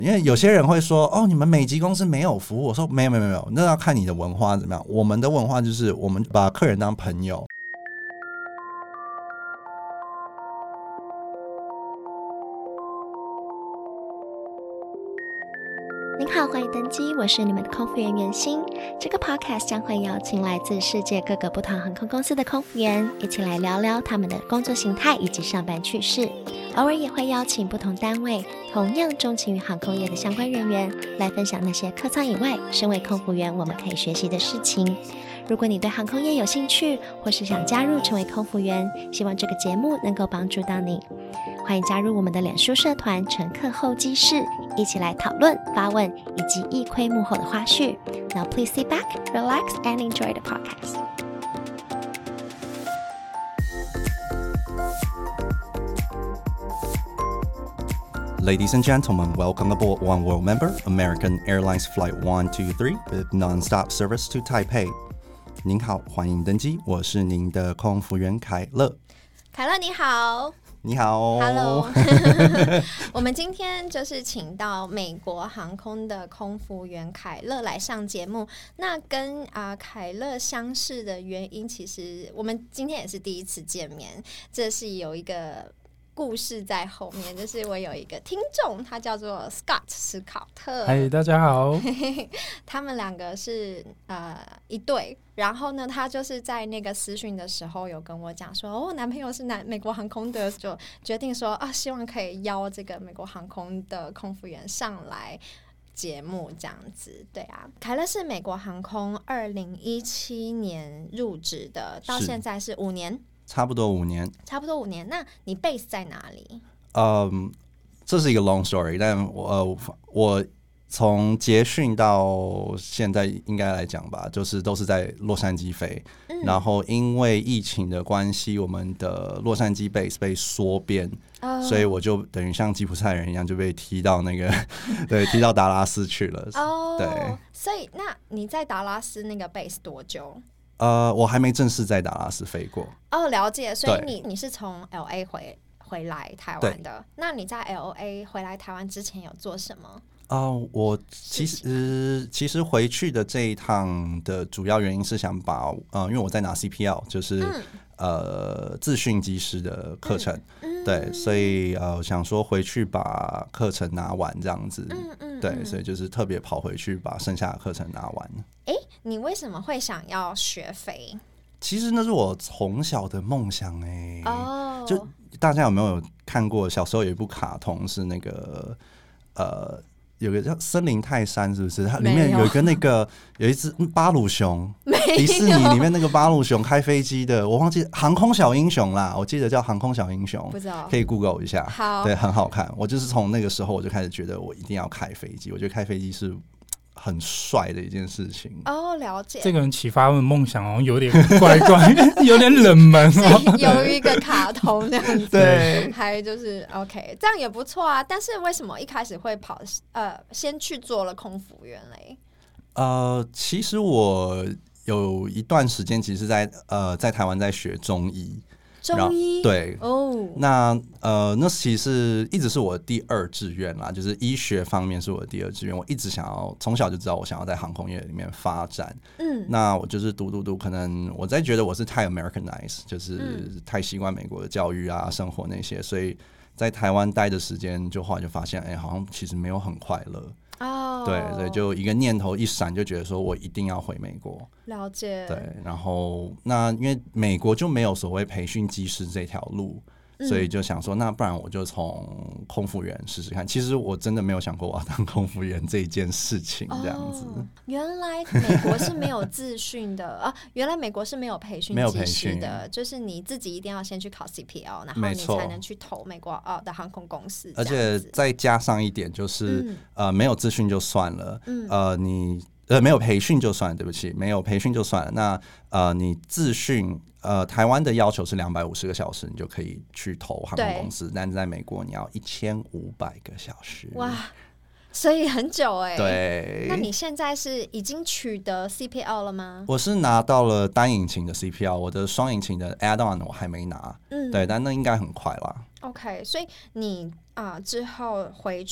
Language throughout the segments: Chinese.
因为有些人会说哦，你们美籍公司没有服务，我说没有，那要看你的文化怎么样。我们的文化就是我们把客人当朋友。 您好，欢迎登机，我是你们的空服员袁心。这个 podcast 将会邀请来自世界各个不同航空公司的空服员，一起来聊聊他们的工作形态以及上班趣事。偶尔也会邀请不同单位同样钟情于航空业的相关人员，来分享那些客舱以外，身为空服员我们可以学习的事情。如果你对航空业有兴趣，或是想加入成为空服员，希望这个节目能够帮助到你。欢迎加入我们的脸书社团乘客候机室，一起来讨论、发问以及一窥幕后的花絮。Now please sit back, relax and enjoy the podcast. Ladies and gentlemen, welcome aboard One World Member, American Airlines Flight 123 with non-stop service to Taipei. 您好，欢迎登机，我是您的空服员凯乐。 凯乐你好。 你好 ，Hello 。我们今天就是请到美国航空的空服员凯乐来上节目。那跟凯乐相识的原因，其实我们今天也是第一次见面，这是有一个故事在后面，就是我有一个听众，他叫做 Scott 史考特。 嗨，大家好。 他们两个是一对，然后呢，他就是在那个私讯的时候有跟我讲说，哦，男朋友是美国航空的，就决定说希望可以邀这个美国航空的空服员上来节目这样子。对啊，凯乐是美国航空2017年入职的，到现在是5年。 差不多5年。 那你 base 在哪里？ 这是一个 long story， 但我从结训到现在应该来讲吧，就是都是在洛杉矶飞。然后因为疫情的关系，我们的洛杉矶 base 被缩编，所以我就等于像吉普赛人一样，就被踢到那个对，踢到达拉斯去了。对， 所以那你在达拉斯那个 base 多久？ 我还没正式在达拉斯飞过。 了解。所以你是从 LA 回来台湾的。那你在 LA 回来台湾之前有做什么？ 我其实回去的这一趟的主要原因是想把因为我在拿 CPL， 就是自训机师的课程。对，所以想说回去把课程拿完这样子。对，所以就是特别跑回去把剩下的课程拿完。 你为什么会想要学飞？ 其实那是我从小的梦想就大家有没有看过小时候有一部卡通是那个有个叫森林泰山，是不是？它里面有一个有一只巴鲁熊，迪士尼里面那个巴鲁熊开飞机的，我忘记航空小英雄啦，我记得叫航空小英雄， 不知道， 可以 Google 一下。 好， 对，很好看。我就是从那个时候我就开始觉得我一定要开飞机，我觉得开飞机是很帅的一件事情。 了解。 这个人启发我的梦想好像有点怪怪，有点冷门有一个卡通这样子。 对， 还就是 OK， 这样也不错啊。但是为什么一开始会先去做了空服员嘞？ 其实我有一段时间其实在台湾在学中医。 中医对那其实一直是我的第二志愿啦，就是医学方面是我的第二志愿。我一直想要，从小就知道我想要在航空业里面发展。那我就是读，可能我在觉得我是太 Americanized， 就是太习惯美国的教育啊、生活那些，所以在台湾待的时间，就后来就发现，好像其实没有很快乐。对，所以就一个念头一闪，就觉得说我一定要回美国。 了解。 对，然后那因为美国就没有所谓培训机师这条路，所以就想说，那不然我就从空服员试试看。其实我真的没有想过我要当空服员这一件事情，这样子。 原来美国是没有自训的原来美国是没有培训机师的，就是你自己一定要先去考 CPL， 然后你才能去投美国的航空公司。 而且再加上一点就是，没有自训就算了，你没有培训就算了，对不起，没有培训就算了。那你自训，台湾的要求是250个小时，你就可以去投航空公司，但是在美国你要1500个小时。 哇，所以很久对。 那你现在是已经取得 CPL 了吗？ 我是拿到了单引擎的 CPL， 我的双引擎的 add-on 我还没拿。对，但那应该很快啦。 OK， 所以你之后回去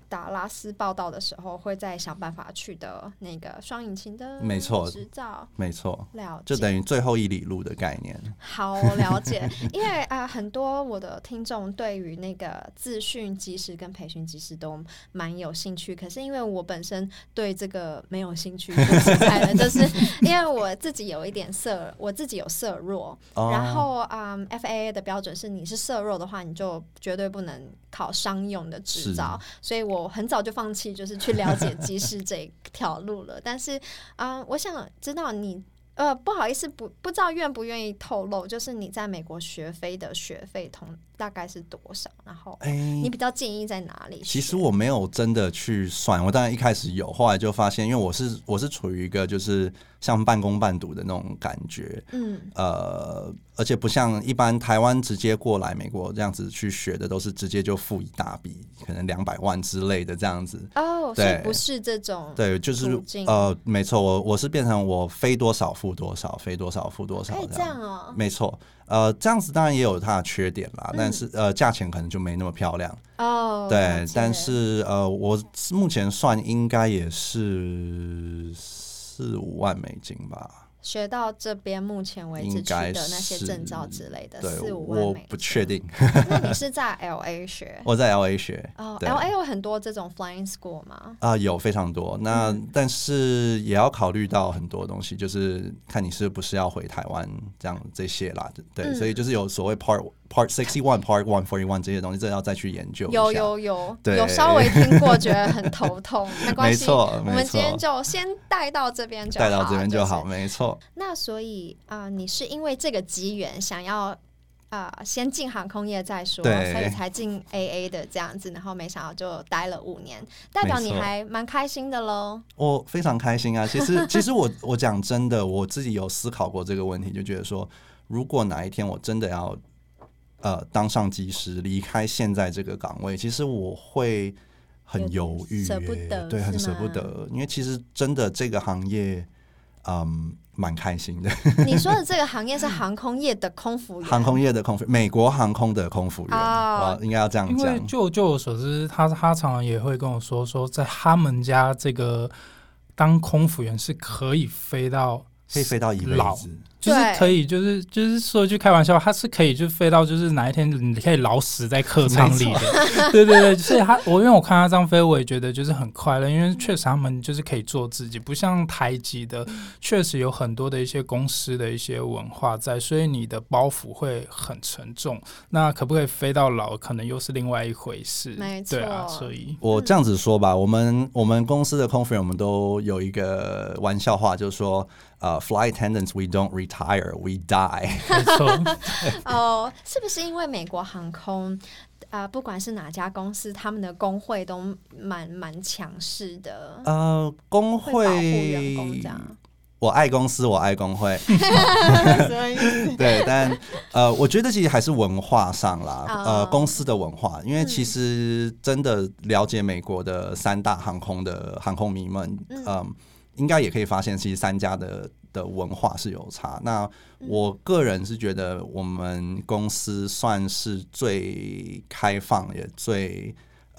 达拉斯报道的时候，会再想办法取得那个双引擎的没错执照。 没错， 了解， 就等于最后一里路的概念。 好，了解。因为很多我的听众对于那个资讯技师跟培训技师都蛮有兴趣，可是因为我本身对这个没有兴趣，说实在的，就是因为我自己有一点我自己有色弱，然后FAA 的标准是你是色弱的话，你就绝对不能考商用的执照，所以我很早就放弃就是去了解技师这一条路了。但是我想知道你不好意思，不知道愿不愿意透露，就是你在美国学飞的学费大概是多少？然后你比较建议在哪里？ 其实我没有真的去算，我当然一开始有，后来就发现，因为我是处于一个就是像半工半读的那种感觉，而且不像一般台湾直接过来美国这样子去学的，都是直接就付一大笔，可能200万之类的这样子。 所以不是这种对，就是没错，我是变成我飞多少付多少，飞多少付多少， 可以这样哦。 没错，这样子当然也有它的缺点啦，但是价钱可能就没那么漂亮对，但是我目前算应该也是4-5万美金吧。 学到这边目前为止取得那些证照之类的4-5万美金， 我不确定。 那你是在 LA 学？ 我在 LA 学。 LA 有很多这种 flying school 吗？ 有非常多。那但是也要考虑到很多东西，就是看你是不是要回台湾这些啦。对，所以就是有所谓 Part 61、Part 141这些东西，这要再去研究一下。 有稍微听过，觉得很头痛。没关系， 没错， 我们今天就先带到这边就好， 没错。 那所以你是因为这个机缘想要先进航空业再说，所以才进 AA 的这样子，然后没想到就待了5年，代表你还蛮开心的咯。 我非常开心啊！其实我讲真的，我自己有思考过这个问题，就觉得说，如果哪一天我真的要当上机师，离开现在这个岗位，其实我会很犹豫， 舍不得， 对，很舍不得，因为其实真的这个行业，蛮开心的。 你说的这个行业是航空业的空服员， 航空业的空服员，美国航空的空服员，应该要这样讲。 因为就我所知，他常常也会跟我说，在他们家这个当空服员是可以飞到一辈子。 就是可以，就是说一句开玩笑，他是可以就飞到，就是哪一天你可以老死在客舱里的，对对对，所以因为我看他这样飞，我也觉得就是很快乐，因为确实他们就是可以做自己，不像台籍的，确实有很多的一些公司的一些文化在，所以你的包袱会很沉重。那可不可以飞到老，可能又是另外一回事， 没错。 对啊，所以我这样子说吧，我们公司的空服员，我们都有一个玩笑话，就是说。Flight attendants, we don't retire, we die. 没错。 是不是因为美国航空不管是哪家公司，他们的工会都蛮强势的？ 工会保护员工这样。 我爱公司，我爱工会。对，但我觉得其实还是文化上啦，公司的文化，因为其实真的了解美国的3大航空的航空迷们，应该也可以发现，其实3家的文化是有差。那我个人是觉得，我们公司算是最开放，也最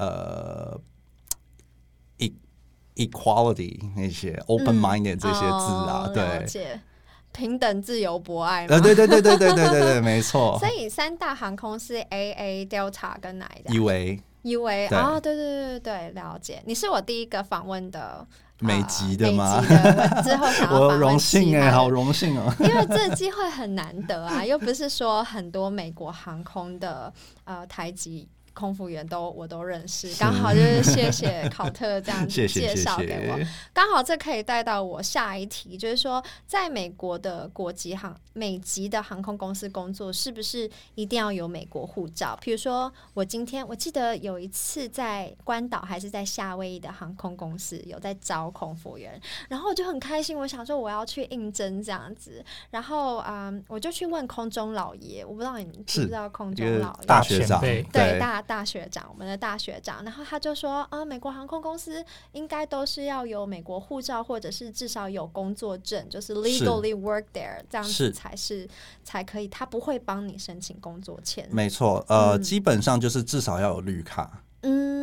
equality 那些 open-minded 这些字啊，对， 了解。平等、自由、博爱嘛。对，没错。 所以3大航空是 AA、Delta 跟哪一家 ？UA 啊，对，了解。你是我第一个访问的。 美籍的吗？ 之后想要我荣幸好荣幸哦！ 因为这个机会很难得啊，又不是说很多美国航空的台籍空服员我都认识，刚好就是谢谢考特这样子介绍给我，刚好这可以带到我下一题，就是说在美国的美籍的航空公司工作，是不是一定要有美国护照？比如说我记得有一次在关岛还是在夏威夷的航空公司有在招空服员，然后我就很开心，我想说我要去应征这样子，然后我就去问空中老爷，我不知道你知不知道空中老爷大学长， 对大学长，我们的大学长，然后他就说美国航空公司应该都是要有美国护照，或者是至少有工作证，就是 legally work there 这样子才可以，他不会帮你申请工作签。 没错，基本上就是至少要有绿卡。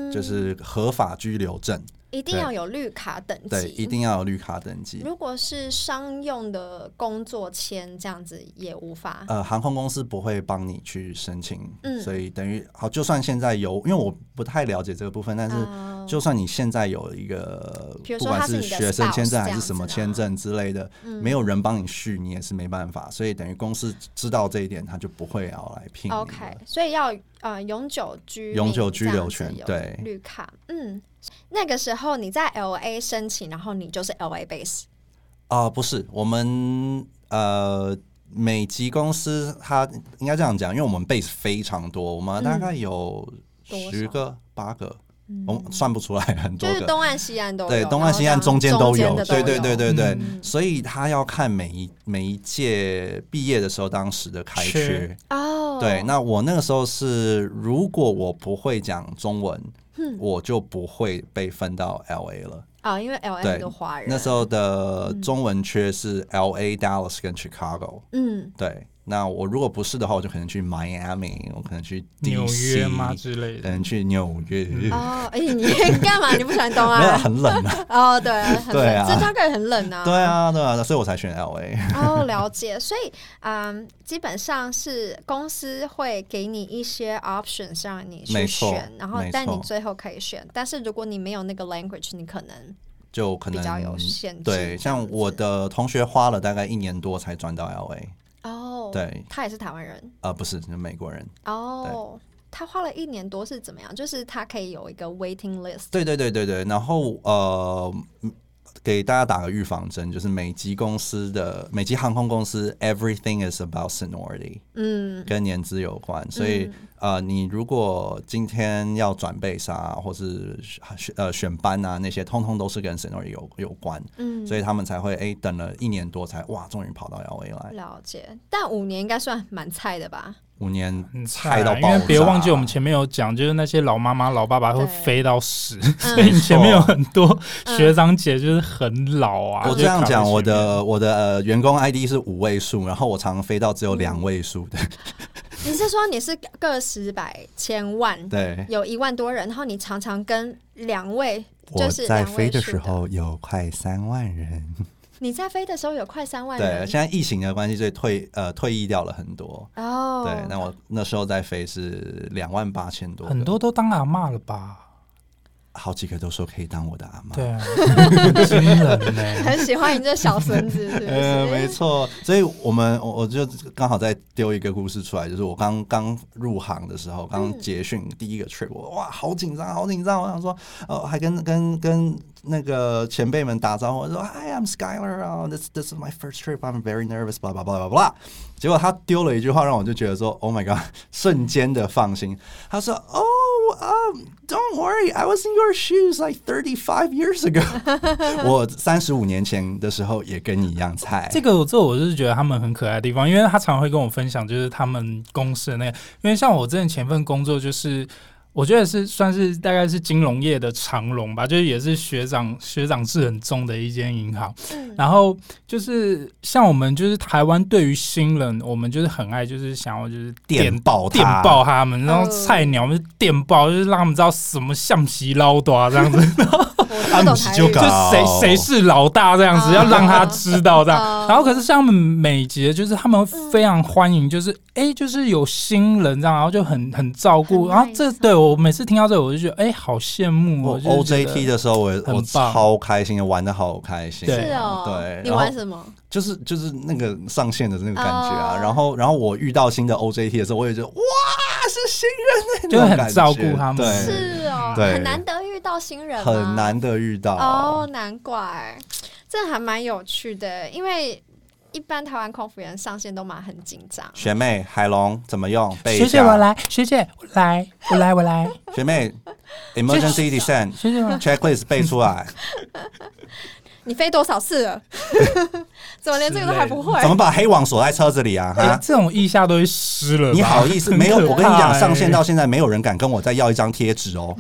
就是合法居留证。 一定要有绿卡等级， 对，一定要有绿卡等级。 如果是商用的工作签这样子也无法。 航空公司不会帮你去申请，所以等于好，就算现在有，因为我不太了解这个部分，但是就算你现在有一个，不管是学生签证还是什么签证之类的，没有人帮你续，你也是没办法。所以等于公司知道这一点，他就不会要来聘你。 OK， 所以要永久居留权，对， 绿卡，那个时候你在 LA 申请，然后你就是 LA base 不是，我们美籍公司它应该这样讲，因为我们 base 非常多，我们大概有10个8个，算不出来，很多个， 就是东岸西岸都有， 对，东岸西岸中间都有，对，所以他要看每一届毕业的时候当时的开缺对，那我那个时候是，如果我不会讲中文，我就不会被分到 LA 了。 因为 LA 很多华人。 那时候的中文缺是 LA、Dallas 跟 Chicago。对。那我如果不是的话，我就可能去 Miami， 我可能去 DC, 纽约吗之类的， 可能去纽约。 你干嘛？你不喜欢东岸？ 没有，很冷啊。 对，很冷，芝加哥也很冷啊。 对啊，所以我才选 LA。 了解。所以基本上是公司会给你一些 options 让你去选，然后但你最后可以选。但是如果你没有那个 language， 你可能比较有限制。 对，像我的同学花了大概1年多才转到 LA。对， 他也是台湾人不是，是美国人。 他花了1年多是怎么样？就是他可以有一个 waiting list。 对，然后给大家打个预防针，就是美籍航空公司 everything is about seniority， 跟年资有关，所以你如果今天要转base或是选班那些通通都是跟 seniority 有关，所以他们才会等了1年多才终于跑到 LA 来。 了解，但5年应该算蛮菜的吧 ？5年菜到爆炸， 因为别忘记我们前面有讲，就是那些老妈妈、老爸爸会飞到10，所以你前面有很多学长姐就是很老啊。 我这样讲，我的员工 ID 是5位数，然后我常飞到只有2位数的。 你是说你是个10百千万， 对， 有1万多人，然后你常常跟2位，就是我在飞的时候有快3万人。 你在飞的时候有快3万人？ 对，现在疫情的关系，所以退役掉了很多。对，那我那时候在飞是28000多， 很多都当阿嬷了吧？ 好几个都说可以当我的阿嬷。 对啊，惊人呢， 很喜欢你这小孙子，是不是？ 没错。所以我就刚好再丢一个故事出来，就是我刚入行的时候，刚结训第一个 trip， 哇，好紧张。我想说，还跟那个前辈们打招呼，我说 Hi, I'm Skyler. This is my first trip. I'm very nervous. Blah blah blah blah blah. 结果他丢了一句话，让我就觉得说 Oh my god， 瞬间的放心。他说Don't worry, I was in your shoes like 35 years ago. 我35年前的时候也跟你一样菜。 这我就是觉得他们很可爱的地方，因为他常会跟我分享，就是他们公司的那个，因为像我之前前份工作就是。我觉得是算是大概是金融业的长荣吧，就是也是学长制很重的一间银行。然后就是像我们就是台湾对于新人，我们就是很爱就是想要就是电爆他们，然后菜鸟就是电爆，就是让他们知道什么橡皮捞大这样子。就谁是老大这样子，要让他知道这样。然后可是像他们美籍的，就是他们非常欢迎，就是就是有新人这样，然后就很照顾。然后对我每次听到这个，我就觉得好羡慕。 我 OJT 的时候我超开心的，玩得好开心。 是哦，对，你玩什么？ 就是那个上线的那个感觉啊。然后我遇到新的 OJT 的时候，我也觉得哇，是新人就很照顾他们。 对， 是哦，很难得遇到新人吗？ 很难得遇到难怪，这还蛮有趣的，因为一般台湾空服员上线都很紧张。 学妹，海龙怎么用？背一下。 学姐我来，学姐我来。 学妹 ，emergency descent checklist 背出来。 你飞多少次了？怎么连这个都还不会？ 怎么把黑网锁在车子里啊？ 这种腋下都会湿了。 你好意思？没有，我跟你讲，上线到现在没有人敢跟我再要一张贴纸哦。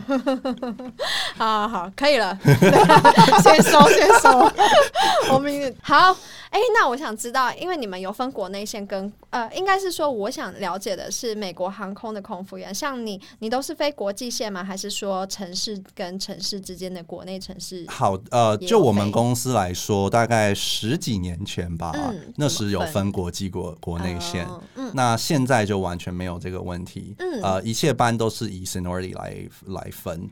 好，可以了。先收。我明好。 那我想知道，因为你们有分国内线跟应该是说，我想了解的是美国航空的空服员，像你都是飞国际线吗？还是说城市跟城市之间的国内城市？ 好，就我们公司来说，大概10几年前吧，那时有分国际国内线，那现在就完全没有这个问题，一切班都是以 seniority 来分。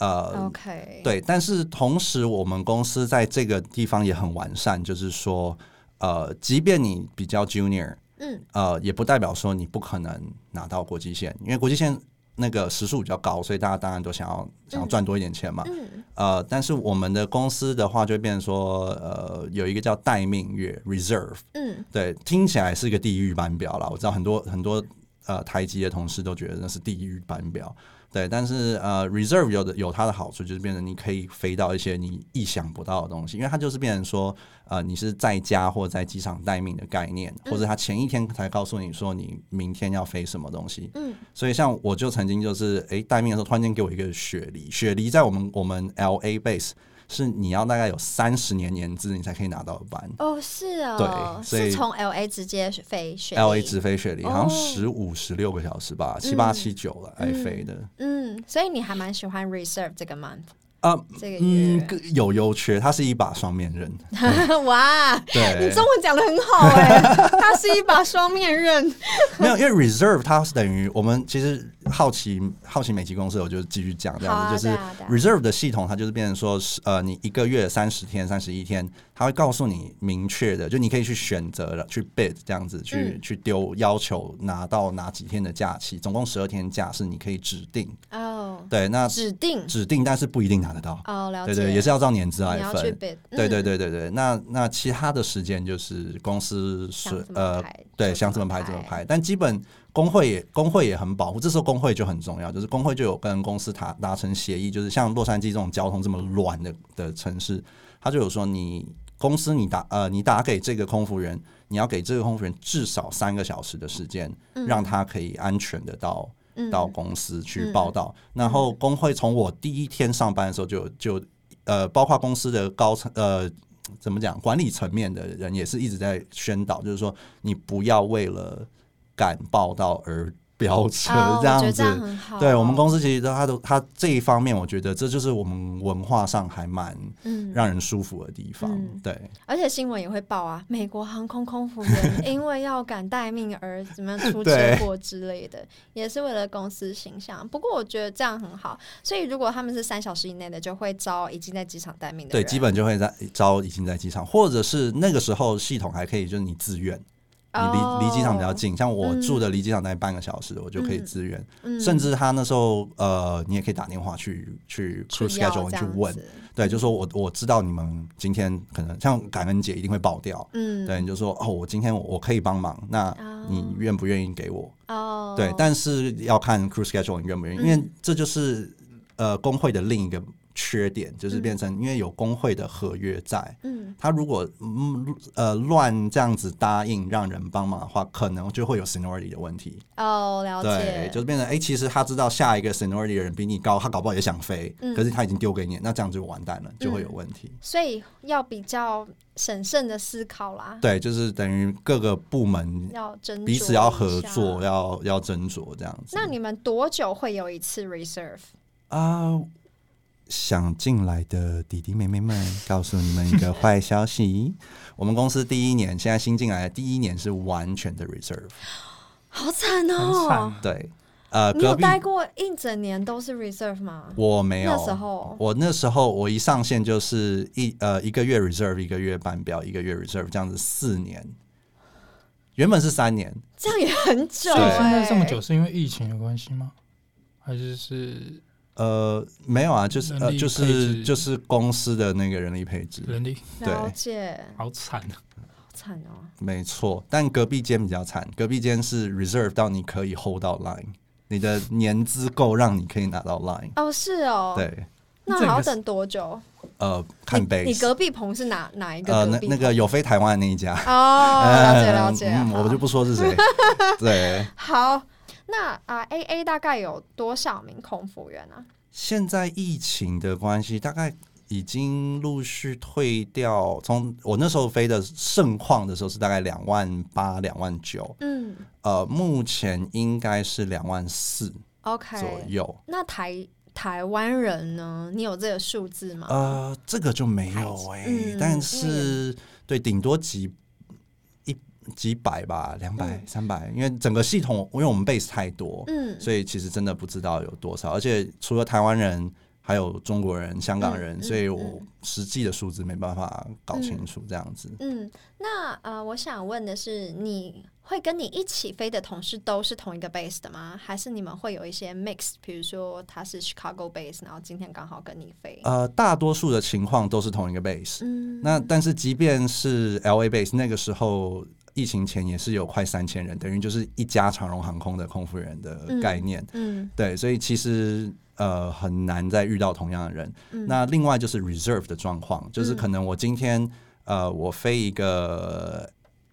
OK， 对，但是同时我们公司在这个地方也很完善，就是说，即便你比较 junior，也不代表说你不可能拿到国际线，因为国际线那个时数比较高，所以大家当然都想要赚多一点钱嘛。但是我们的公司的话，就会变成说，有一个叫待命月 reserve，对，听起来是一个地狱班表啦。我知道很多台籍的同事都觉得那是地狱班表。对，但是reserve 有它的好处，就是变成你可以飞到一些你意想不到的东西，因为它就是变成说，你是在家或者在机场待命的概念，或者他前一天才告诉你说你明天要飞什么东西。所以像我就曾经就是待命的时候，突然间给我一个雪梨在我们 LA base。是你要大概有30年年资，你才可以拿到的班。 是哦， 对，所以是从 LA 直接飞雪梨 ，LA 直飞雪梨，好像15-16个小时吧，7、8、7、9了来飞的。 所以你还蛮喜欢 reserve 这个 month。这个有优缺，它是一把双面刃。 哇， 对， 你中文讲得很好它是一把双面刃。 没有，因为 reserve 它是等于我们其实好奇美籍公司，我就继续讲这样子，就是 reserve 的系统，它就是变成说，你1个月30天、31天，它会告诉你明确的，就你可以去选择去 bid 这样子，去丢要求拿到哪几天的假期，总共12天假是你可以指定。对，那指定，但是不一定拿得到。 了解。 对，也是要照年资来分。 你要去 bid。 对。那其他的时间就是公司对，想怎么排怎么排，但基本工会也很保护，这时候工会就很重要，就是工会就有跟公司达成协议，就是像洛杉矶这种交通这么乱的城市，他就有说公司你打给这个空服员，你要给这个空服员至少3个小时的时间，让他可以安全的到公司去报到。然后工会从我第一天上班的时候就包括公司的高层怎么讲管理层面的人也是一直在宣导，就是说你不要为了赶报到而飙车这样子。 我觉得这样很好。 对，我们公司其实他这一方面，我觉得这就是我们文化上还蛮让人舒服的地方。对， 而且新闻也会报啊，美国航空空服员因为要赶待命而怎么样出车祸之类的，也是为了公司形象。不过我觉得这样很好，所以如果他们是3小时以内的，就会招已经在机场待命的人。 对，基本就会招已经在机场，或者是那个时候系统还可以，就是你自愿。你离机场比较近，像我住的离机场大概半个小时，我就可以自愿。甚至他那时候你也可以打电话去 crew schedule 去问，对，就说我知道你们今天可能像感恩节一定会爆掉，对，你就说我今天我可以帮忙，那你愿不愿意给我？对，但是要看 crew schedule 你愿不愿意，因为这就是工会的另一个缺点，就是变成因为有工会的合约在，他如果乱这样子答应让人帮忙的话，可能就会有 seniority 的问题。 了解。 对，就是变成其实他知道下一个 seniority 的人比你高，他搞不好也想飞，可是他已经丢给你，那这样就完蛋了，就会有问题。 所以要比较审慎的思考啦。 对，就是等于各个部门要斟酌， 彼此要合作，要斟酌这样子。 那你们多久会有一次 reserve？ 想进来的弟弟妹妹们，告诉你们一个坏消息：我们公司第一年，现在新进来的第一年是完全的 reserve， 好惨哦！ 对， 你有待过一整年都是 reserve 吗？ 我没有，那时候我一上线就是一个月 reserve， 一个月班表，一个月 reserve， 这样子4年。原本是3年， 这样也很久。 所以现在这么久是因为疫情的关系吗？还是？ 没有啊，就是公司的那个人力配置， 人力了解， 好惨啊， 好惨哦。 没错，但隔壁间比较惨，隔壁间是 reserve 到你可以 hold 到 line， 你的年资够让你可以拿到 line。 是哦， 对， 那还要等多久？ 看 base。 你隔壁棚是哪一个隔壁棚？ 那个有飞台湾的那一家。 了解。 我就不说是谁。对， 好。那AA 大概有多少名空服员啊？ 现在疫情的关系，大概已经陆续退掉，从我那时候飞的盛况的时候是大概28000、29000，目前应该是24000左右。 那台湾人呢？你有这个数字吗？ 这个就没有但是对，顶多几百吧，200、300，因为整个系统，因为我们 base 太多，所以其实真的不知道有多少，而且除了台湾人，还有中国人、香港人，所以我实际的数字没办法搞清楚这样子。 那我想问的是，你会跟你一起飞的同事都是同一个 base 的吗？还是你们会有一些 mix？ 比如说他是 Chicago base， 然后今天刚好跟你飞。 大多数的情况都是同一个 base。那但是即便是 LA base， 那个时候疫情前也是有快3000人，等于就是一家长荣航空的空服员的概念。对，所以其实很难再遇到同样的人。那另外就是 reserve 的状况，就是可能我今天我飞一个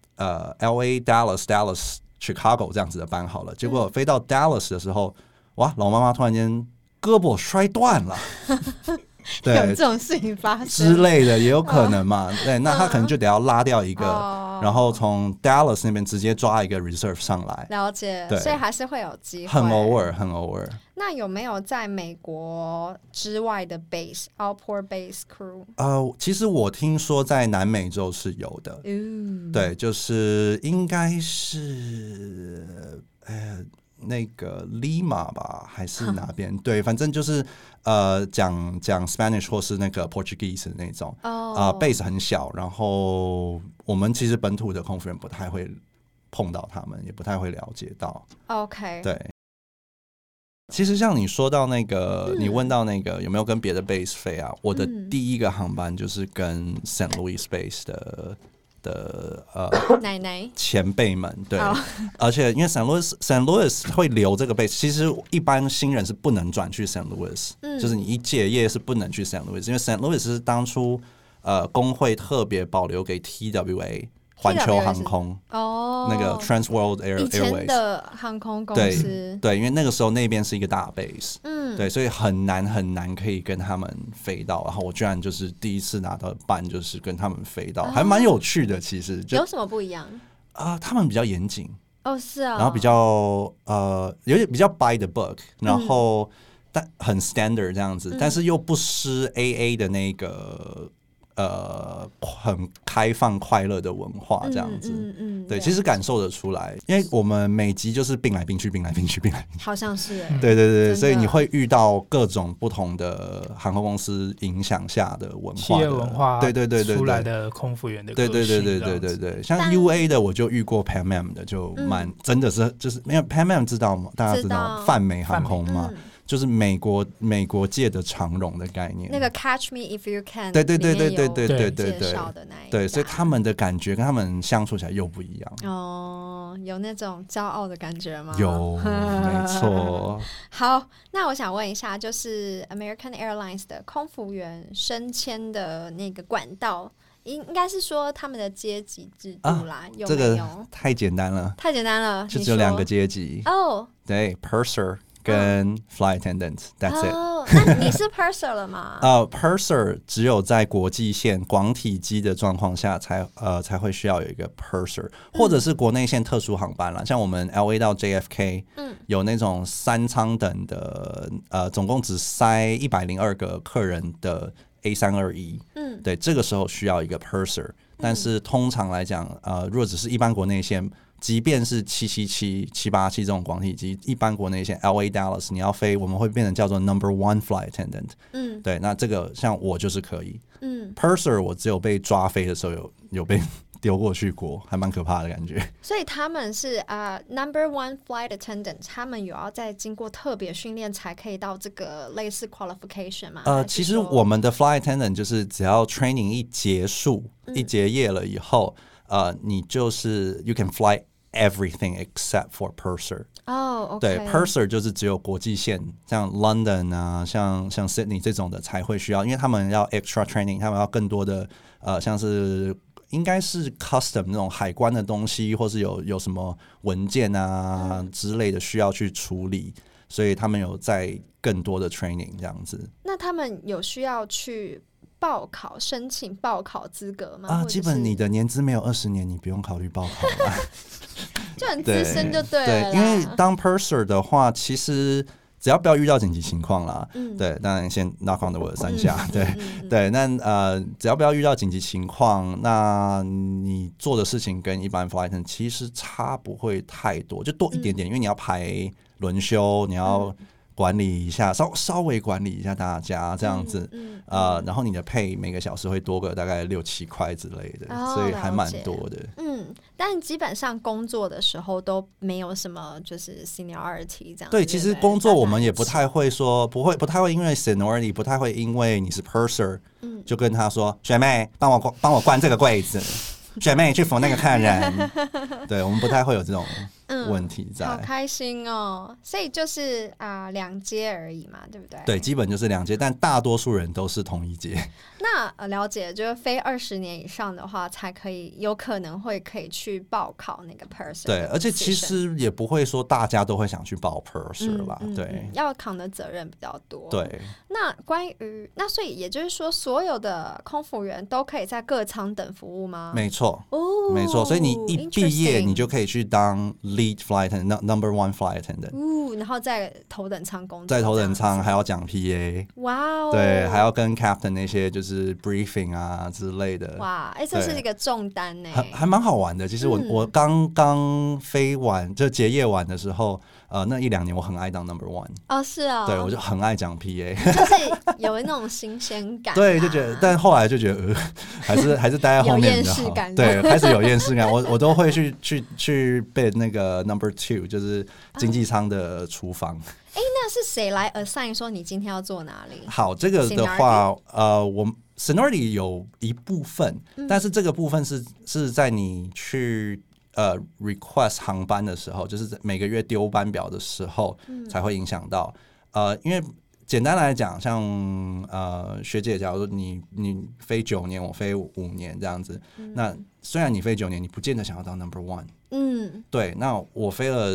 LA Dallas Chicago 这样子的班好了，结果飞到 Dallas 的时候，哇，老妈妈突然间胳膊摔断了。对， 有这种事情发生之类的也有可能嘛。对，那他可能就得要拉掉一个，然后从 Dallas 那边直接抓一个 reserve 上来。 了解，所以还是会有机会， 很偶尔。 那有没有在美国之外的 base outport base crew？ 其实我听说在南美洲是有的。对，就是应该是那个 Lima 吧，还是哪边？对，反正就是讲 Spanish 或是那个 Portuguese 的那种。base 很小，然后我们其实本土的空服员不太会碰到他们，也不太会了解到。 OK， 对。其实像你说到那个，你问到那个有没有跟别的 base 飞啊？我的第一个航班就是跟 St. Louis base 的奶奶前辈们，对，而且因为 St. Louis 会留这个 base， 其实一般新人是不能转去 St. Louis，就是你一结业是不能去 St. Louis， 因为 St. Louis 是当初工会特别保留给 TWA 环球航空那个 Trans World Airways 以前的航空公司， 对，因为那个时候那边是一个大 base，对，所以很难可以跟他们飞到，然后我居然就是第一次拿到班，就是跟他们飞到，还蛮有趣的。其实有什么不一样他们比较严谨是啊， 然后比较有点比较 by the book， 然后但很 standard 这样子，但是又不失 AA 的那个很开放快乐的文化这样子。对，其实感受得出来，因为我们每集就是并来并去，好像是对，所以你会遇到各种不同的航空公司影响下的文化，企业文化， 对出来的空服员的个性，对，像 UA 的我就遇过 Pan Am 的，就真的是就是因为 Pan Am 知道吗？大家知道泛美航空吗？就是美国界的长荣的概念， 那个 Catch Me If You Can， 对，所以他们的感觉跟他们相处起来又不一样。 有那种骄傲的感觉吗？ 有，没错。 好，那我想问一下，就是 American Airlines 的空服员升迁的那个管道，应该是说他们的阶级制度啦，有没有？这个太简单了，就只有2个阶级。对 ，Purser。跟 Flight Attendant，That's it。 那你是 Purser 了吗 ？Purser 只有在国际线广体机的状况下才会需要有一个 Purser，或者是国内线特殊航班啦，像我们 LA 到 JFK，有那种3舱等的，总共只塞102个客人的 A321，对，这个时候需要一个 Purser，但是通常来讲，如果只是一般国内线。即便是777、787这种广体机，一般国内线 LA Dallas 你要飞，我们会变成叫做 Number 1 Flight Attendant。对，那这个像我就是可以。Purser 我只有被抓飞的时候有被丢过去过，还蛮可怕的感觉。 所以他们是Number 1 Flight Attendant， 他们有要再经过特别训练才可以到这个类似 qualification 吗？ 其实我们的 Flight Attendant 就是只要 training 一结束，一结业了以后，你就是 you can fly everything except for Purser。对 ，Purser 就是只有国际线，像 London 啊，像 Sydney 这种的才会需要，因为他们要 extra training， 他们要更多的像是应该是 custom 那种海关的东西，或是有什么文件啊之类的需要去处理，所以他们有在更多的 training 这样子。 那他们有需要去报考申请报考资格吗？ 基本你的年资没有20年，你不用考虑报考了。 就很资深就对了啦。 对，因为当 purser 的话，其实只要不要遇到紧急情况啦，对，当然先 knock on the wood 3下，对，那只要不要遇到紧急情况，那你做的事情跟一般 flight attendant 其实差不会太多，就多一点点，因为你要排轮休，你要管理一下，稍微管理一下大家这样子，然后你的pay每个小时会多个大概6-7块之类的，所以还蛮多的。 但基本上工作的时候都没有什么就是 seniority 这样。 对，其实工作我们也不太会说，不太会因为 seniority， 不太会因为你是 purser，就跟他说学妹帮我关这个柜子，学妹去扶那个客人。对，我们不太会有这种问题在。 好开心哦！所以就是2阶而已嘛，对不对？ 对，基本就是2阶，但大多数人都是同一阶。 那了解，就是非20年以上的话，才有可能可以去报考那个 purser。 对，而且其实也不会说大家都会想去报 purser 啦，对， 要扛的责任比较多。 对， 那所以也就是说，所有的空服员都可以在各舱等服务吗？ 没错，没错，所以你一毕业，你就可以去当 lead flight attendant number 1 flight attendant， 然后在头等舱工作， 在头等舱还要讲 PA， 哇哦， 对，还要跟 captain 那些就是 briefing 啊之类的， 哇，这是一个重担呢， 还蛮好玩的。其实我刚飞完就结业完的时候，那1-2年我很爱当 number 1。 是啊， 对，我就很爱讲 PA， 就是有那种新鲜感。 对，就觉得，但后来就觉得还是待在后面比较好。对，开始有厌世感，我都会去背那个 number 2，就是经济舱的厨房。 那是谁来 assign 说你今天要坐哪里？ 好，这个的话，我 seniority 有一部分，但是这个部分是在你去request 航班的时候，就是每个月丢班表的时候才会影响到。因为简单来讲，像学姐，假如说你飞9年，我飞5年这样子，那虽然你飞9年，你不见得想要当 number 1，对，那我飞了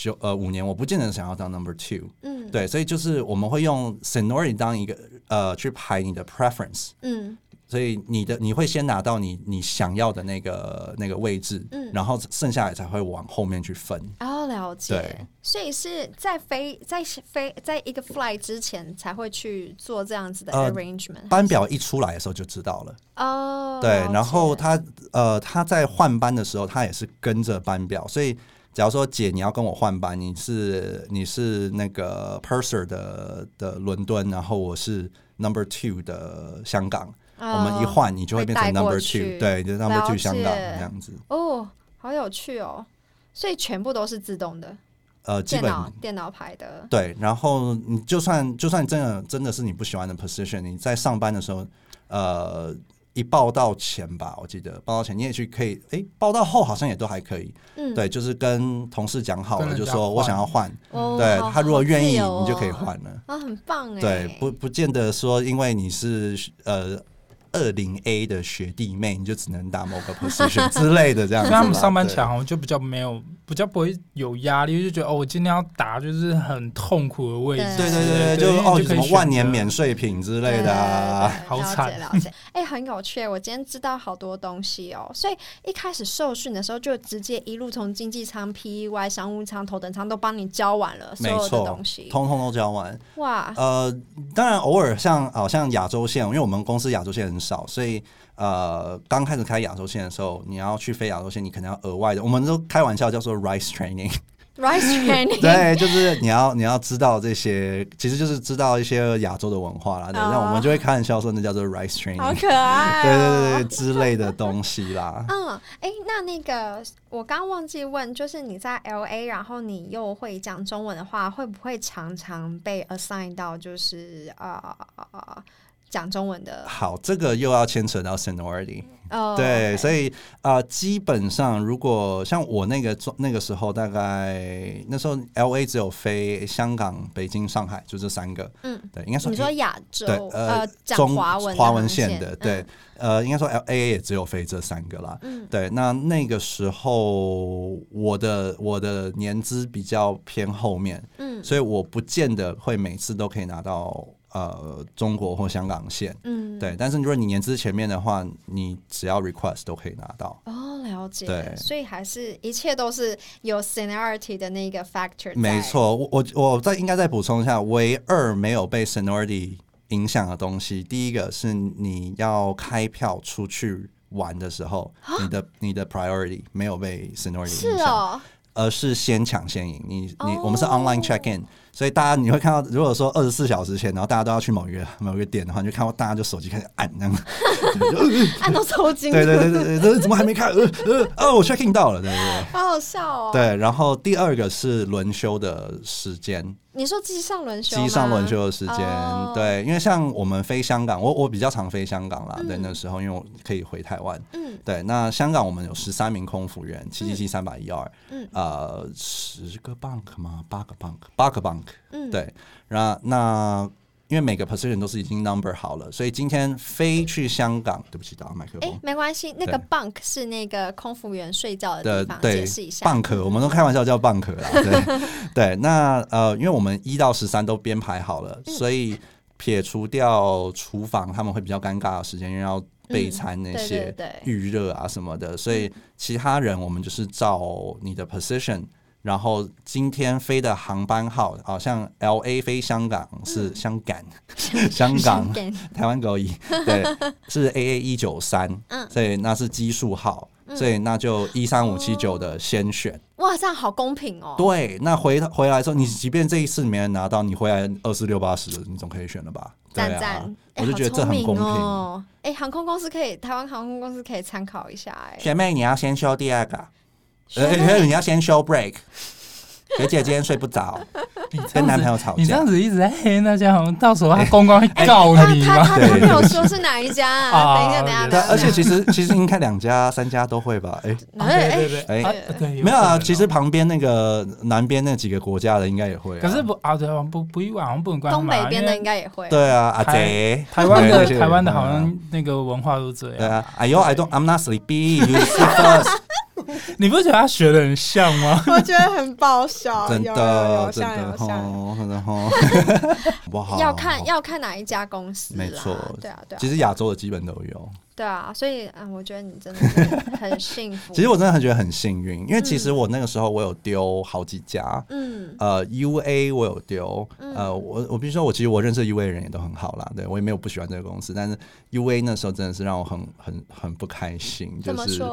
5年，我不见得想要当 number 2，对，所以就是我们会用 seniority 当一个去排你的 preference，所以你会先拿到你想要的那个位置，然后剩下来才会往后面去分。 了解。 对， 所以是在一个 flight 之前才会去做这样子的 arrangement。 班表一出来的时候就知道了。对，然后他在换班的时候，他也是跟着班表，所以假如说姐你要跟我换班，你是那个 purser 的伦敦，然后我是 number 2的香港。我们一换，你就会变成 number 2，对，就是 number 2香港这样子。 好有趣哦！所以全部都是自动的， 基本电脑排的。 对，然后你就算真的是你不喜欢的 position， 你在上班的时候，一报到前吧，我记得报到前你也去可以，报到后好像也都还可以。对，就是跟同事讲好了，就说我想要换，对，他如果愿意，你就可以换了。 很棒哎。 对，不见得说因为你是20A 的学弟妹，你就只能打某个 position 之类的这样子。 所以他们上班起来好像就比较不会有压力，就觉得我今天要打就是很痛苦的位置。 对，就什么万年免税品之类的啊， 好惨。了解，很有趣，我今天知道好多东西哦。所以一开始受训的时候，就直接一路从经济舱、PEY、商务舱、头等舱都帮你教完了所有的东西， 通通都教完。 哇， 当然偶尔像亚洲线，因为我们公司亚洲线很少，所以刚开始开亚洲线的时候，你要去飞亚洲线，你可能要额外的，我们都开玩笑叫做 rice training。rice training 对，就是你要知道这些，其实就是知道一些亚洲的文化啦。对，那我们就会开玩笑说那叫做 rice training， 好可爱对之类的东西啦。 那个我刚忘记问，就是你在 LA， 然后你又会讲中文的话，会不会常常被 assign 到就是讲中文的？好， 这个又要牵扯到 seniority。对， 所以基本上如果像我那个时候，大概那时候 LA 只有飞香港、北京、上海，就这3个。对，应该说你说亚洲， 讲华文线的，对，应该说 LA 也只有飞这3个啦。对，那个时候我的年资比较偏后面，所以我不见得会每次都可以拿到中国或香港线，对。但是如果你年资前面的话，你只要 request 都可以拿到。 了解。 对， 所以还是一切都是有 seniority 的那个 factor 在。 没错，我应该再补充一下，唯二没有被 seniority 影响的东西，第一个是你要开票出去玩的时候，你的 priority 没有被 seniority 影响，而是先抢先赢。我们是 online check in， 所以大家你会看到，如果说24小时前，然后大家都要去某一个点的话，你就看到大家就手机开始按那样， 按到抽筋。 对，怎么还没开？我 check in 到了，对， 好好笑哦。 对，然后第二个是轮休的时间。 你说机上轮休吗？ 机上轮休的时间，对，因为像我们飞香港，我比较常飞香港啦，对，那时候因为我可以回台湾，对，那香港我们有13名空服员，777-312，10个 bunk 吗？8个 bunk，对，那因为每个 position 都是已经 number 好了，所以今天飞去香港，对不起，打到麦克风。 没关系，那个 bunk 是那个空服员睡觉的地方，解释一下。 bunk 我们都开玩笑叫 bunk 啦，对，那因为我们1到13都编排好了，所以撇除掉厨房他们会比较尴尬的时间，因为要备餐那些预热啊什么的，所以其他人我们就是照你的 position。然后今天飞的航班号，像 LA 飞香港是香港，台湾狗语，对，是 AA193，所以那是机数号，所以那就13579的先选。 哇，这样好公平哦。 对，那回来之后，你即便这一次你没人拿到，你回来246810的，你总可以选了吧？ 赞， 我就觉得这很公平哦。航空公司台湾航空公司可以参考一下。 学妹，你要先修第二个。你要先修 break， 学姐今天睡不着，跟男朋友吵架。 你这样子一直在黑那家，好像到时候他公关会告你吗？ 他没有说是哪一家啊？等一下。 而且其实应该2家3家都会吧？ 对， 没有啊。其实旁边那个南边那几个国家的应该也会。 可是不意外，好像不能关。 东北边的应该也会。 对啊，阿贼。 台湾的好像那个文化都这样。 对啊，哎呦 I'm not sleepy, you sleep first。 你不觉得他学的很像吗？ 我觉得很爆笑， 真的不好。 要看哪一家公司， 没错， 对啊。 其实亚洲的基本都有。 对啊，所以我觉得你真的是很幸福。 其实我真的很觉得很幸运，因为其实我那个时候我有丢好几家，UA 我有丢，我必须说，其实我认识 UA 的人也都很好啦，对我也没有不喜欢这个公司，但是 UA 那时候真的是让我很不开心，就是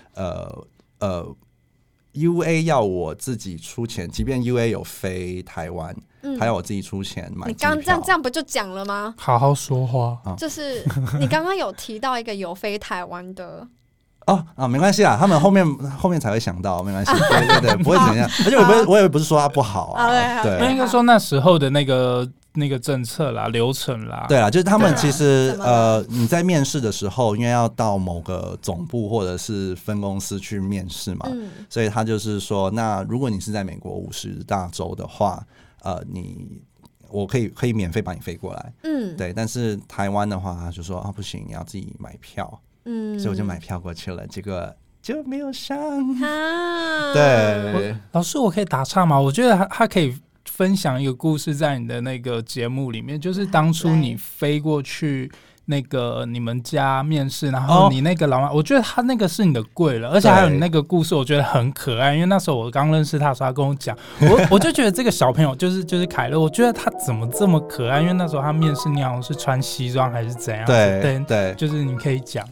UA 要我自己出钱，即便 UA 有飞台湾，他要我自己出钱买机票。 你刚这样不就讲了吗？ 好好说话， 就是你刚刚有提到一个有飞台湾的。 没关系啦，他们后面才会想到，没关系，对，不会怎样。而且我也不是说他不好啊，对， 应该说那时候的那个政策啦、流程啦， 对啦，就是他们其实你在面试的时候，因为要到某个总部或者是分公司去面试嘛，所以他就是说，那如果你是在美国50大洲的话，我可以免费帮你飞过来，对，但是台湾的话，他就说不行，你要自己买票。所以我就买票过去了，结果就没有上。对， 老师，我可以打岔吗？我觉得他可以分享一个故事，在你的那个节目里面，就是当初你飞过去那个你们家面试，然后你那个老妈，我觉得他那个是你的贵人，而且还有你那个故事，我觉得很可爱。因为那时候我刚认识他的时候，他跟我讲，我就觉得这个小朋友就是凯乐，我觉得他怎么这么可爱？因为那时候他面试你好像是穿西装还是怎样？对，就是你可以讲。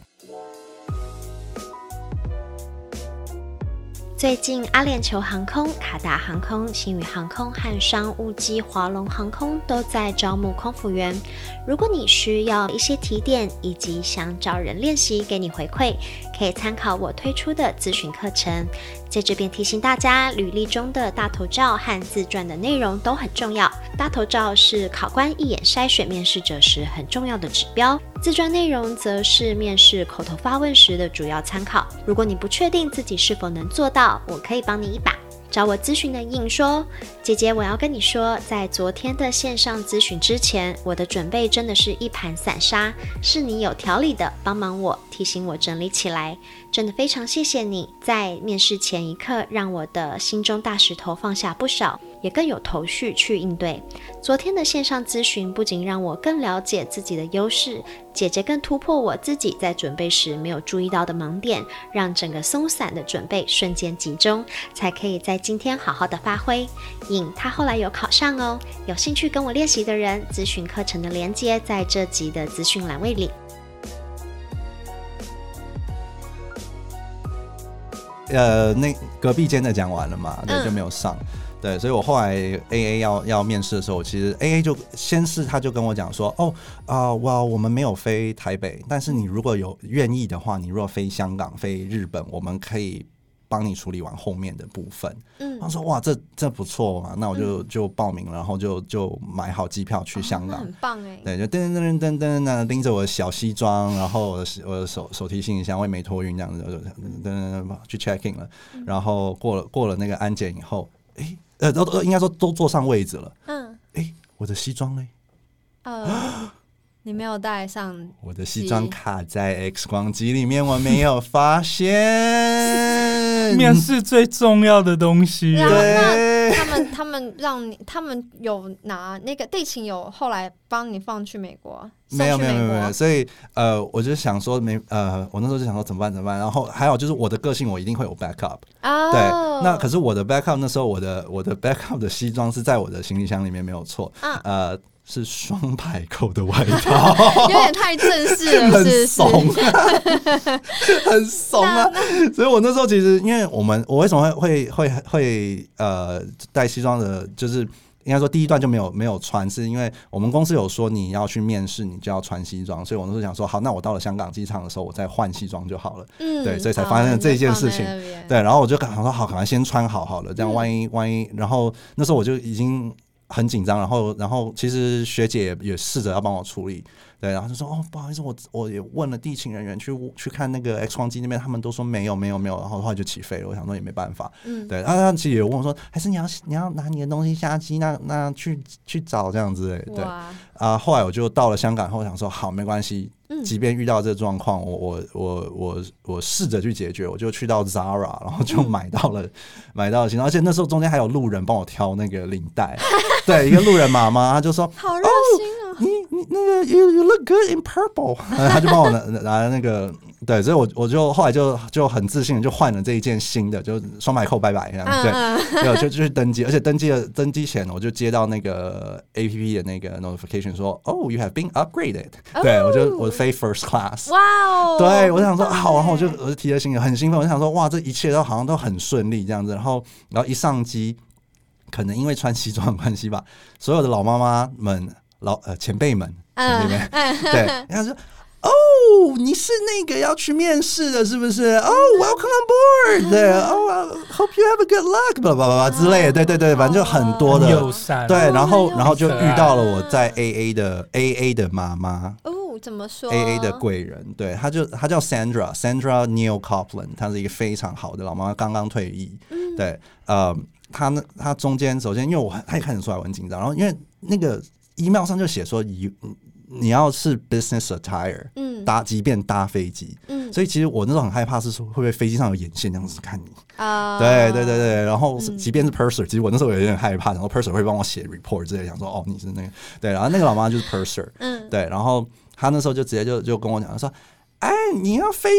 最近阿联酋航空、卡达航空、星宇航空和商务机华龙航空都在招募空服员。如果你需要一些提点，以及想找人练习给你回馈，可以参考我推出的咨询课程。在这边提醒大家，履历中的大头照和自传的内容都很重要。大头照是考官一眼筛选面试者时很重要的指标，自传内容则是面试口头发问时的主要参考。如果你不确定自己是否能做到，我可以帮你一把。找我咨询的硬说，姐姐，我要跟你说，在昨天的线上咨询之前，我的准备真的是一盘散沙，是你有条理的帮忙我，提醒我整理起来，真的非常谢谢你，在面试前一刻让我的心中大石头放下不少。 也更有头绪去应对。昨天的线上咨询不仅让我更了解自己的优势，姐姐更突破我自己在准备时没有注意到的盲点，让整个松散的准备瞬间集中，才可以在今天好好的发挥。她后来有考上哦，有兴趣跟我练习的人，咨询课程的连结在这集的资讯栏位里。 那隔壁间的讲完了嘛，对，就没有上。对，所以我后来 AA 要面试的时候，其实 AA 就先是他就跟我讲说，我们没有飞台北，但是你如果有愿意的话，你如果飞香港、飞日本，我们可以帮你处理完后面的部分。他说哇，这不错嘛，那我就报名了，然后就买好机票去香港， 很棒哎。 对，就噔噔噔噔噔，拎着我的小西装，然后我的手提行李箱，我也没托运，这样子噔去 check in 了，然后过了那个安检以后，应该说都坐上位置了。我的西装嘞？ 你没有带上？ 我的西装卡在 X 光机里面，我没有发现。 面试最重要的东西。 对， 他们让你，他们有拿那个地勤有后来帮你放去美国？ 没有，所以我就想说我那时候就想说怎么办，然后还有就是我的个性，我一定会有 backup。对，那可是我的 backup 那时候我的 backup 的西装是在我的行李箱里面没有错。是双排扣的外套， 有点太正式了， 很怂，很怂啊！所以我那时候其实，因为我为什么会带西装的，就是应该说第一段就没有穿，是因为我们公司有说你要去面试，你就要穿西装，所以我那时候想说，好，那我到了香港机场的时候，我再换西装就好了。对，所以才发生了这件事情。对，然后我就想说，好，赶快先穿好了，这样万一，然后那时候我就已经很紧张，然后其实学姐也试着要帮我处理，对，然后就说不好意思，我也问了地勤人员去看那个 X 光机那边，他们都说没有，然后后来就起飞了，我想说也没办法，对，他其实也问我说，还是你要拿你的东西下机，那去找这样子，对，后来我就到了香港后想说好，没关系。即便遇到这个状况，我试着去解决，我就去到 Zara， 然后就买到了新装，而且那时候中间还有路人帮我挑那个领带，对，一个路人妈妈，她就说好热心啊， 你那个 you look good in purple， 她就帮我拿那个，对，所以我就后来就很自信的就换了这一件新的，就双排扣拜拜这样，对，就去登记，而且登机前我就接到那个 APP 的那个 notification 说you have been upgraded， 对，我飞 first class， 哇哦， 对，我想说好，然后我就提了行李，很兴奋，我就想说哇，这一切都好像都很顺利这样子，然后一上机，可能因为穿西装的关系吧，所有的老妈妈们、前辈们，对，他说你是那个要去面试的，是不是？Welcome on board， 对，hope you have a good luck， blah blah blah之类的，对，反正就很多的友善， 对，然后就遇到了我在 AA 的妈妈。 怎么说 ？AA 的贵人，对，她叫 Sandra Neil Copeland， 她是一个非常好的老妈妈，刚刚退役。对，她中间首先，因为她也看得出来我很紧张，然后因为那个 email 上就写说你要是 business attire， 即便搭飞机，所以其实我那时候很害怕是说会不会飞机上有眼线这样子看你，对，然后即便是 purser， 其实我那时候有点害怕，然后 purser 会帮我写 report 之类的，想说你是那个，对，然后那个老妈就是 purser，对，然后他那时候就直接就跟我讲说，你要飞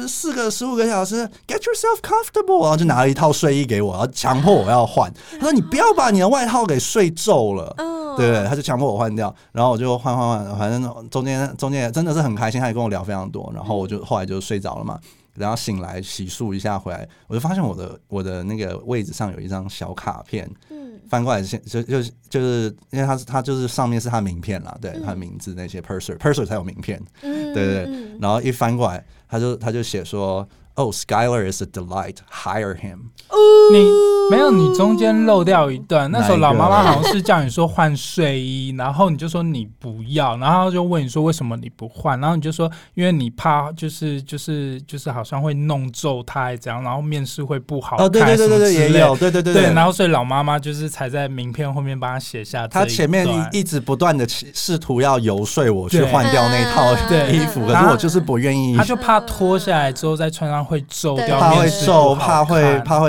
15个小时 ，get yourself comfortable， 然后就拿了一套睡衣给我，然后强迫我要换。他说你不要把你的外套给睡皱了，对，他就强迫我换掉，然后我就换，反正中间真的是很开心，他也跟我聊非常多，然后我就后来就睡着了嘛。然后醒来洗漱一下回来，我就发现我的那个位置上有一张小卡片，翻过来就是因为他就是上面是他名片啦，对，他的名字那些 purser 才有名片，对，然后一翻过来他就写说Skylar is a delight, hire him。 你中间漏掉一段，那时候老妈妈好像是叫你说换睡衣，然后你就说你不要，然后就问你说为什么你不换，然后你就说因为你怕就是好像会弄皱它这样，然后面试会不好看， 对，也有，对， 然后所以老妈妈就是才在名片后面帮他写下这一段， 他前面一直不断的试图要游说我去换掉那套衣服，可是我就是不愿意， 他就怕脱下来之后再穿上会皱掉， 怕会皱，怕会被那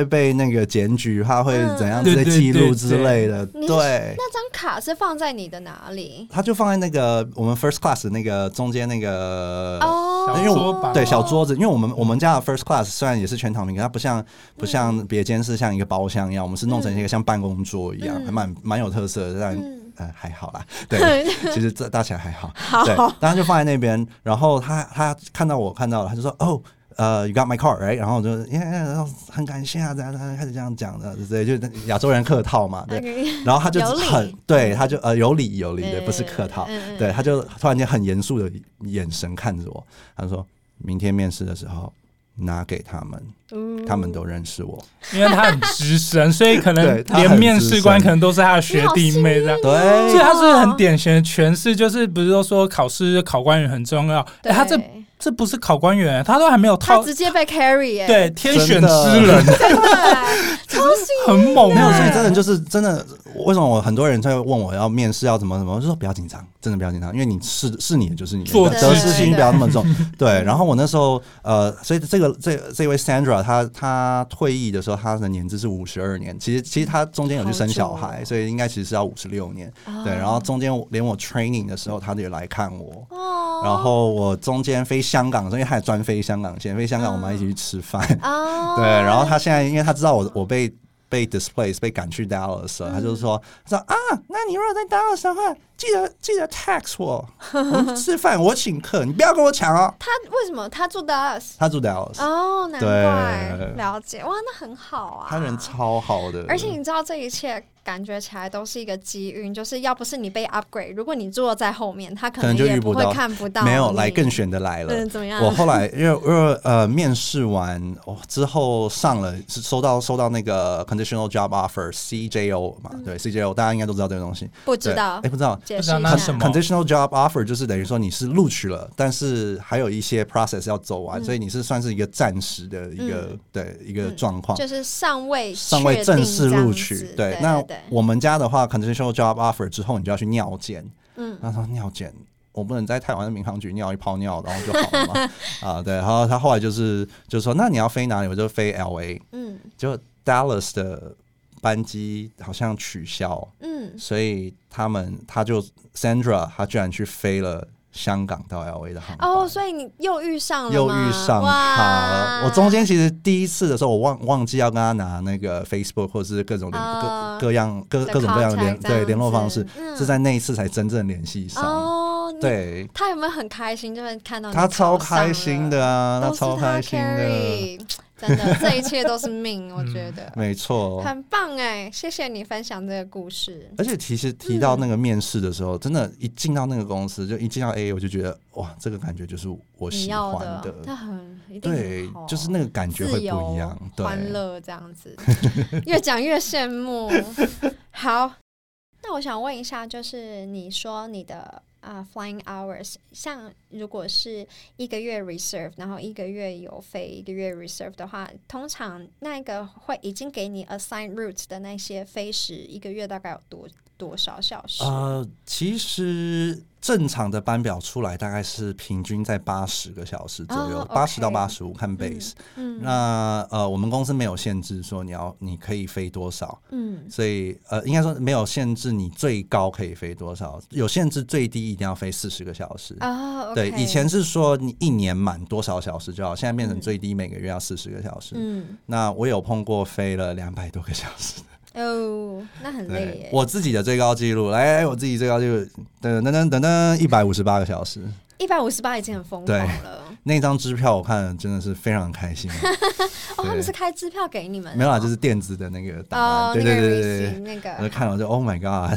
那个检举，怕会怎样之类记录之类的。对， 那张卡是放在你的哪里？ 它就放在那个我们 first class 那个中间那个因为对小桌子，因为我们家的 first class 虽然也是全躺平，可它不像别间是像一个包厢一样，我们是弄成一个像办公桌一样，还蛮有特色的，但还好啦。对，其实搭起来还好。对，当然就放在那边，然后他看到我看到了，他就说you got my card, right? 然后我就很感谢啊，他开始这样讲的，对，就亚洲人客套嘛，对。然后他就对，他就有理，对，不是客套，对，他就突然间很严肃的眼神看着我，他说明天面试的时候拿给他们，他们都认识我， 因为他很资深，所以可能连面试官可能都是他的学弟妹这样， 对， 所以他是很典型的诠释，就是不是都说考试考官员很重要，他这不是考官员，他都还没有套， 他直接被 carry 耶， 对，天选之人， 超很猛， 没有，所以真的就是真的。为什么我很多人在问我要面试要怎么，我就说不要紧张，真的不要紧张，因为你是你的就是你的，得失心不要那么重。对，然后我那时候所以这位 Sandra 她退役的时候，她的年资是52年，其实她中间有去生小孩，所以应该其实是要56年。对，然后中间连我 training 的时候，她也来看我。然后我中间飞香港，因为她也专飞香港线，飞香港我们一起去吃饭。对，然后她现在因为她知道我被 displace 被赶去 Dallas 了，他就说那你如果在 Dallas 的话，记得 text 我们吃饭我请客，你不要跟我抢哦。 他为什么他住 Dallas？ 他住 Dallas 难怪，了解，哇，那很好啊， 他人超好的， 而且你知道这一切感觉起来都是一个机运，就是要不是你被 upgrade， 如果你坐在后面，他可能也不会看不到， 没有来更选的来了。 怎么样？ 我后来因为面试完之后上了，是收到那个 conditional job offer CJO 嘛，对 CJO 大家应该都知道这个东西， 不知道？ 不知道， 解释一下。 conditional job offer 就是等于说你是录取了，但是还有一些 process 要走完，所以你是算是一个暂时的一个状况， 就是尚未正式录取。对，那我们家的话 conditional job offer 之后你就要去尿检，他说尿检我不能在台湾的民航局尿一泡尿然后就好了嘛对，然后他后来就说那你要飞哪里，我就飞 LA， 就 Dallas 的班机好像取消，所以他就 Sandra 他居然去飞了香港到 LA 的航班。 所以你又遇上了吗？ 又遇上他了。我中间其实第一次的时候，我忘记要跟他拿那个 Facebook 或者是各种各种各样的联络方式，是在那一次才真正联系上。对， 他有没有很开心？就是看到你他超开心的啊，他超开心的。 真的，这一切都是命，我觉得没错， 很棒哎！谢谢你分享这个故事。 而且其实提到那个面试的时候，真的，一进到那个公司，就一进到 A， 我就觉得哇，这个感觉就是我喜欢的。 它一定对，就是那个感觉会不一样， 欢乐这样子，越讲越羡慕。好，那我想问一下，就是你说你的flying hours， 像如果是1个月 reserve， 然后1个月有飞，1个月 reserve 的话，通常那个会已经给你 assign route 的那些飞时，1个月大概有多少小时？ 其实正常的班表出来大概是平均在80个小时左右，80到85看 base。那我们公司没有限制说你可以飞多少，所以应该说没有限制你最高可以飞多少，有限制最低一定要飞40个小时。对，以前是说你1年满多少小时就好，现在变成最低每个月要40个小时。那我有碰过飞了200多个小时的。 那很累耶。 我自己的最高纪录，我自己最高纪录，等158个小时 ，158已经很疯狂了。 那张支票我看了真的是非常开心。 他们是开支票给你们？ 没有啦，就是电子的那个档案。对， 那个我就看了就 Oh my God。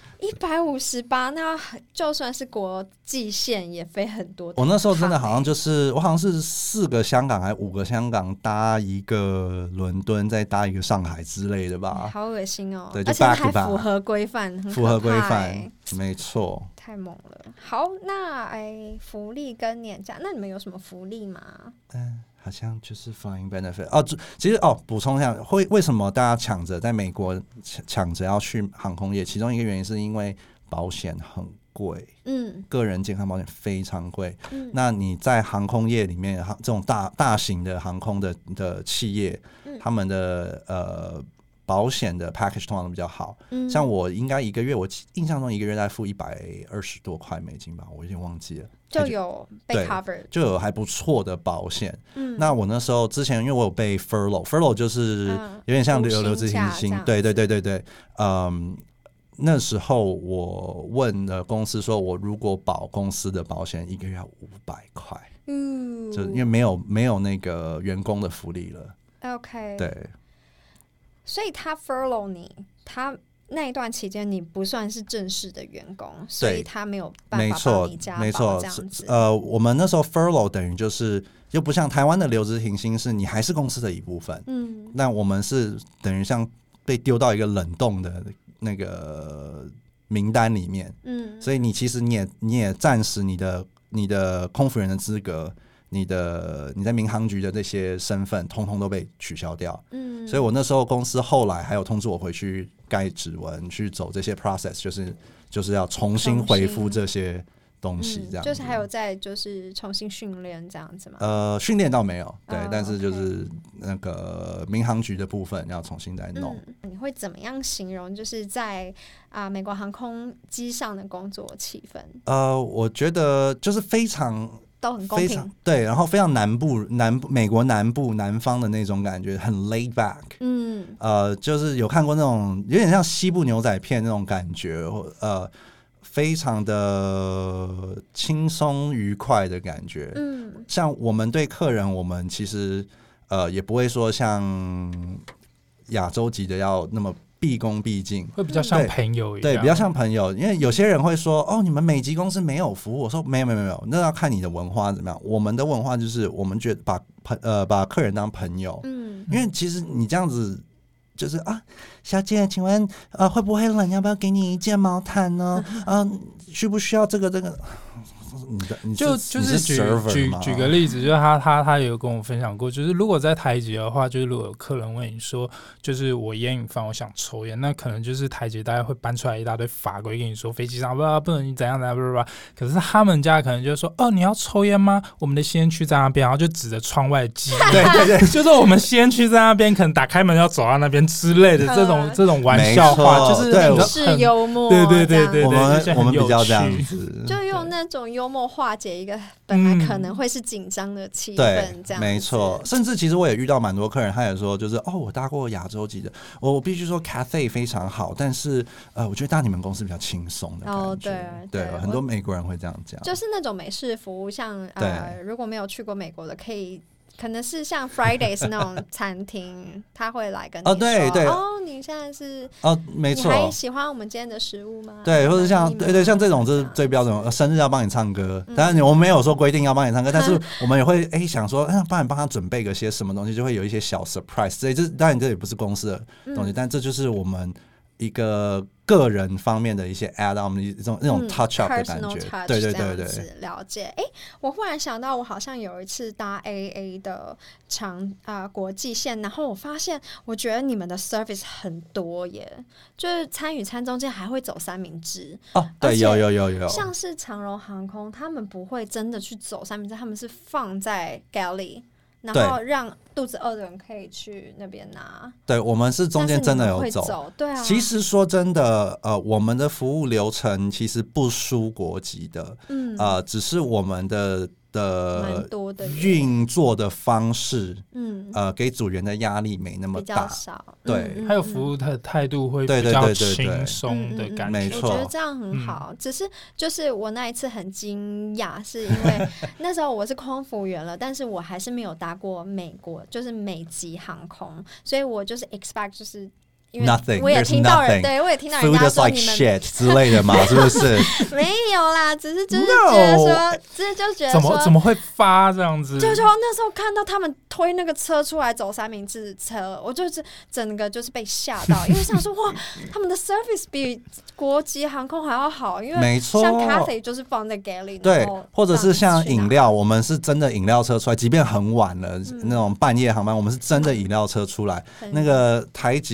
158，那就算是国际线也飞很多。 我那时候真的好像我好像是4个香港还5个香港搭一个伦敦，再搭一个上海之类的吧。 好恶心哦！ 对， 而且还符合规范， 符合规范，没错。 太猛了。好，那福利跟年假，那你们有什么福利吗？ 好像就是 flying benefit 其实补充一下，为什么大家抢着在美国抢着要去航空业？其中一个原因是因为保险很贵，个人健康保险非常贵。那你在航空业里面，这种大型的航空的企业，他们的保险的 package 通常都比较好。像我应该一个月，我印象中一个月在付120多块美金吧，我有点忘记了。 就有被 cover， 就有还不错的保险。那我那时候之前因为我有被 furlough 就是有点像留职停薪，对。那时候我问了公司说，我如果保公司的保险，一个月要500块，就因为没有那个员工的福利了。 OK， 对。 所以他 furlough 你，他那一段期间你不算是正式的员工，所以他没有办法帮你加保这样子。 我们那时候 furlough 等于就是又不像台湾的留职停薪，是你还是公司的一部分。那我们是等于像被丢到一个冷冻的那个名单里面。所以其实你也暂时你的空服员的资格，你在民航局的这些身份通通都被取消掉。所以我那时候公司后来还有通知我回去盖指纹，去走这些 process， 就是要重新回复这些东西，这样就是还有再就是重新训练这样子吗？ 训练倒没有，对，但是就是那个民航局的部分要重新再弄。 你会怎么样形容就是在美国航空机上的工作气氛？ 我觉得就是非常。 都很公平， 对，然后非常美国南方的那种感觉，很 laid back。就是有看过那种有点像西部牛仔片那种感觉，非常的轻松愉快的感觉。像我们对客人，我们其实也不会说像亚洲级的要那么毕恭毕敬， 会比较像朋友一样。 对，比较像朋友。因为有些人会说，你们美籍公司没有服务。我说没有，那要看你的文化怎么样。我们的文化就是我们觉得把客人当朋友。因为其实你这样子就是小姐，请问会不会冷？要不要给你一件毛毯呢？需不需要这个？ 就是举个例子，就是他有跟我分享过，就是如果在台籍的话，就是如果有客人问你说，就是我烟瘾犯，我想抽烟，那可能就是台籍大概会搬出来一大堆法规跟你说，飞机上不能怎样，可是他们家可能就说，你要抽烟吗？我们的吸烟区在那边，然后就指着窗外的机，对，就是我们吸烟区在那边，可能打开门要走到那边之类的这种玩笑话，就是很幽默， 对， 我们比较这样子， 就用那种幽默化解一个本来可能会是紧张的气氛，这样没错。甚至其实我也遇到蛮多客人，他也说就是我搭过亚洲级的，我必须说 Cathay 非常好，但是我觉得搭你们公司比较轻松的感觉。对，很多美国人会这样讲， 就是那种美式服务，像如果没有去过美国的，可能是像 Fridays 那种餐厅，他会来跟你说， 对， 你现在是没错， 你还喜欢我们今天的食物吗？ 对，或者像像这种是最标准，生日要帮你唱歌，当然我们没有说规定要帮你唱歌，但是我们也会想说，帮他准备个些什么东西，就会有一些小 surprise。所以当然这也不是公司的东西，但这就是我们一个个人方面的一些 add on 那种 touch up 的感觉，对， 了解。我忽然想到，我好像有一次搭 AA 的国际线，然后我发现，我觉得你们的 service 很多耶，就是餐与餐中间还会走三明治。 对，有， 像是长荣航空，他们不会真的去走三明治，他们是放在 galley。然后让肚子饿的人可以去那边拿。对， 我们是中间真的有走。 对啊。 其实说真的，我们的服务流程其实不输国籍的，只是我们的运作的方式，给组员的压力没那么大， 比较少。 对， 还有服务的态度会比较轻松的感觉。 没错， 我觉得这样很好。只是就是我那一次很惊讶，是因为那时候我是空服员了，但是我还是没有搭过美国，就是美籍航空，所以我就是 expect 就是。 Nothing， 我也听到人，对我也听到人家说你们 shit 之类的嘛，是不是？ 没有啦，只是就是觉得说，就觉得说怎么会发这样子？ 就是说那时候看到他们推那个车出来走三明治车，我就是整个就是被吓到，因为想说哇，他们的 service 比国际航空还要好，因为没错， 像 Cathay 就是放在 galley， 对，或者是像饮料，我们是真的饮料车出来，即便很晚了，那种半夜航班，我们是真的饮料车出来，那个台籍的。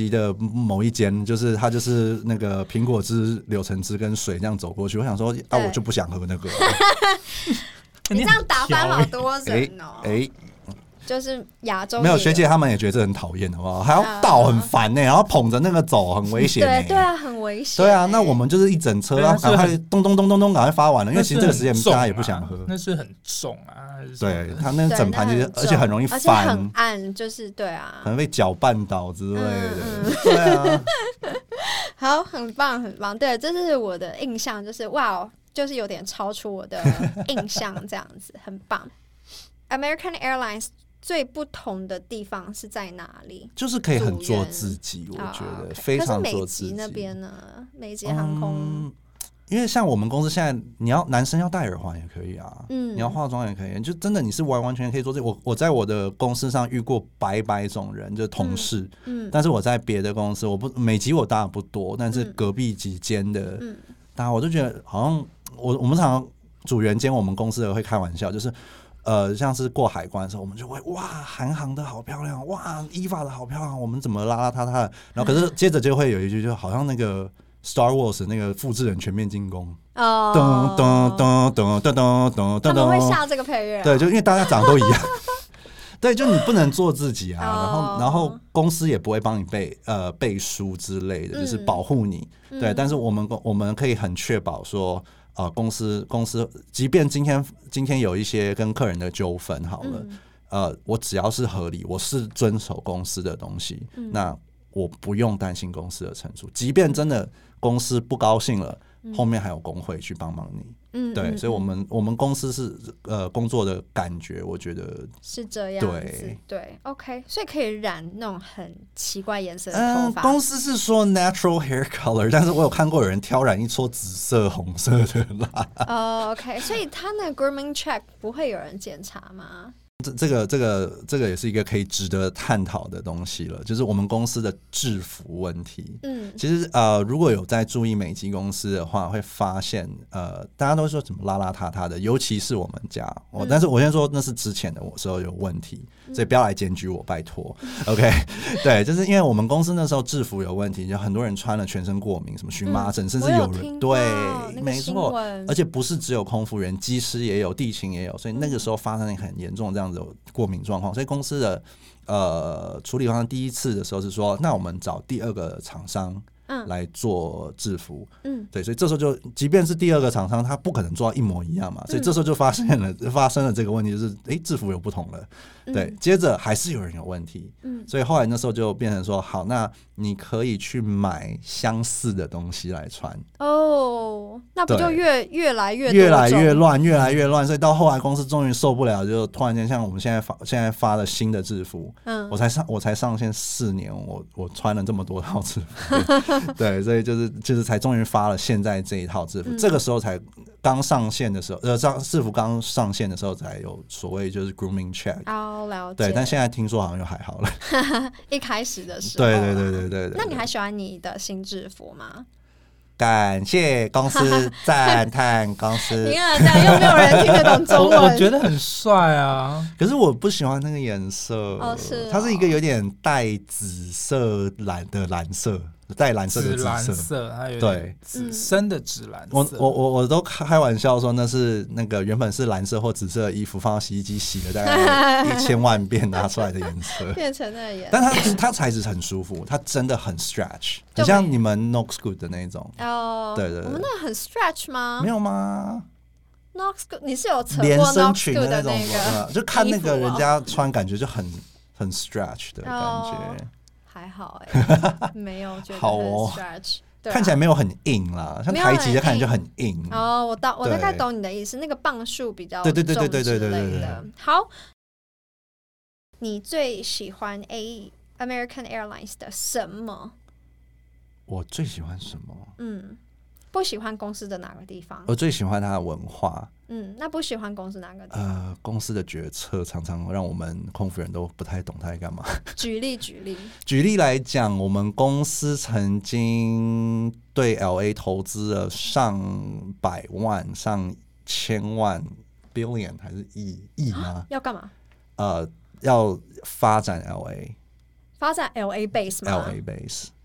某一间，就是它就是那个苹果汁、柳橙汁跟水这样走过去，我想说啊，我就不想喝那个。 你这样打翻好多人哦。就是亚洲没有学姐他们也觉得这很讨厌，好不好？还要倒很烦呢，然后捧着那个走很危险。 对啊，很危险。 对啊，那我们就是一整车，然后赶快咚咚咚咚咚赶快发完了，因为其实这个时间大家也不想喝。 那是很重啊， 对，它那整盘其实而且很容易翻， 而且很暗，就是对啊， 可能被搅拌倒之类的。对啊， 好，很棒很棒。对，这是我的印象，就是哇，就是有点超出我的印象，这样子很棒。American Airlines 最不同的地方是在哪里？ 就是可以很做自己，我觉得非常做自己。 可是美籍那边呢？美籍航空， 因为像我们公司现在，男生要戴耳环也可以啊，你要化妆也可以，就真的你是完全可以做这个。我在我的公司上遇过百种人，就是同事，但是我在别的公司，美籍我当然不多，但是隔壁几间的，当然我就觉得好像我们常常组员间，我们公司的会开玩笑，就是。像是过海关的时候，我们就会哇，韩航的好漂亮，哇，伊法的好漂亮，我们怎么邋邋遢遢的？然后可是接着就会有一句，就好像那个 Star Wars 那个复制人全面进攻，噔噔噔噔噔噔噔噔， 他们会下这个配乐， 对，就因为大家长得都一样，对，就你不能做自己啊，然后公司也不会帮你背书之类的，就是保护你，对，但是我们可以很确保说。公司，即便今天有一些跟客人的纠纷好了，我只要是合理，我是遵守公司的东西，那我不用担心公司的惩处。即便真的公司不高兴了，后面还有工会去帮忙你。对，所以我们公司是工作的感觉，我觉得是这样子。对 ，OK， 所以可以染那种很奇怪颜色的头发。 公司是说 natural hair color， 但是我有看过有人挑染一撮紫色、红色的啦。 OK， 所以他那个 grooming check 不会有人检查吗？ 这个也是一个可以值得探讨的东西了，就是我们公司的制服问题。其实如果有在注意美籍公司的话，会发现大家都说怎么邋邋遢遢的，尤其是我们家。但是我先说那是之前的我时候有问题，所以不要来检举我，拜托。OK， 对，就是因为我们公司那时候制服有问题，就很多人穿了全身过敏，什么荨麻疹，甚至有人对，没错，而且不是只有空服员，机师也有，地勤也有，所以那个时候发生了很严重这样子过敏状况，所以公司的处理方案第一次的时候是说，那我们找第二个厂商来做制服，对，所以这时候就即便是第二个厂商，他不可能做到一模一样嘛，所以这时候就发生了这个问题，就是制服有不同了，对，接着还是有人有问题，所以后来那时候就变成说，好，那你可以去买相似的东西来穿。 那不就越来越乱，所以到后来公司终于受不了，就突然间像我们现在发了新的制服，我才上线4年，我穿了这么多套制服，对，所以就是才终于发了现在这一套制服，这个时候才刚上线的时候，制服刚上线的时候才有所谓就是 grooming check。 了解。 对，但现在听说好像又还好了。 一开始的时候。 对。 那你还喜欢你的新制服吗？ 感谢公司，赞叹公司。 你看这样又没有人听得懂中文。 我觉得很帅啊， 可是我不喜欢那个颜色。它是一个有点带紫色的蓝色。带蓝色的紫色，它有对紫深的紫蓝色。 我都开玩笑说那是那个原本是蓝色或紫色的衣服放到洗衣机洗了大概1000万遍拿出来的颜色， 变成那个颜色。 但它材质很舒服，它真的很 stretch， 很像你们 Knoxgood 的那种。对，我们那个很 stretch 吗？ 没有吗 ？Knoxgood 你是有扯过连身裙的那种，就看那个人家穿，感觉就很 stretch 的感觉。 还好没有觉得很 stretch， 看起来没有很硬啦，像台籍就看起来就很硬。 我大概懂你的意思，那个磅数比较重之类的。好，你最喜欢 American Airlines 的什么？ 我最喜欢什么？ 不喜欢公司的哪个地方？ 我最喜欢它的文化。 那不喜欢公司哪个地方？ 公司的决策常常让我们空服人都不太懂他在干嘛。 举例来讲，我们公司曾经对 LA 投资了上百万、上千万 billion 还是亿吗？ 要干嘛？ 要发展 LA。 发展 LA base 吗？ LA base。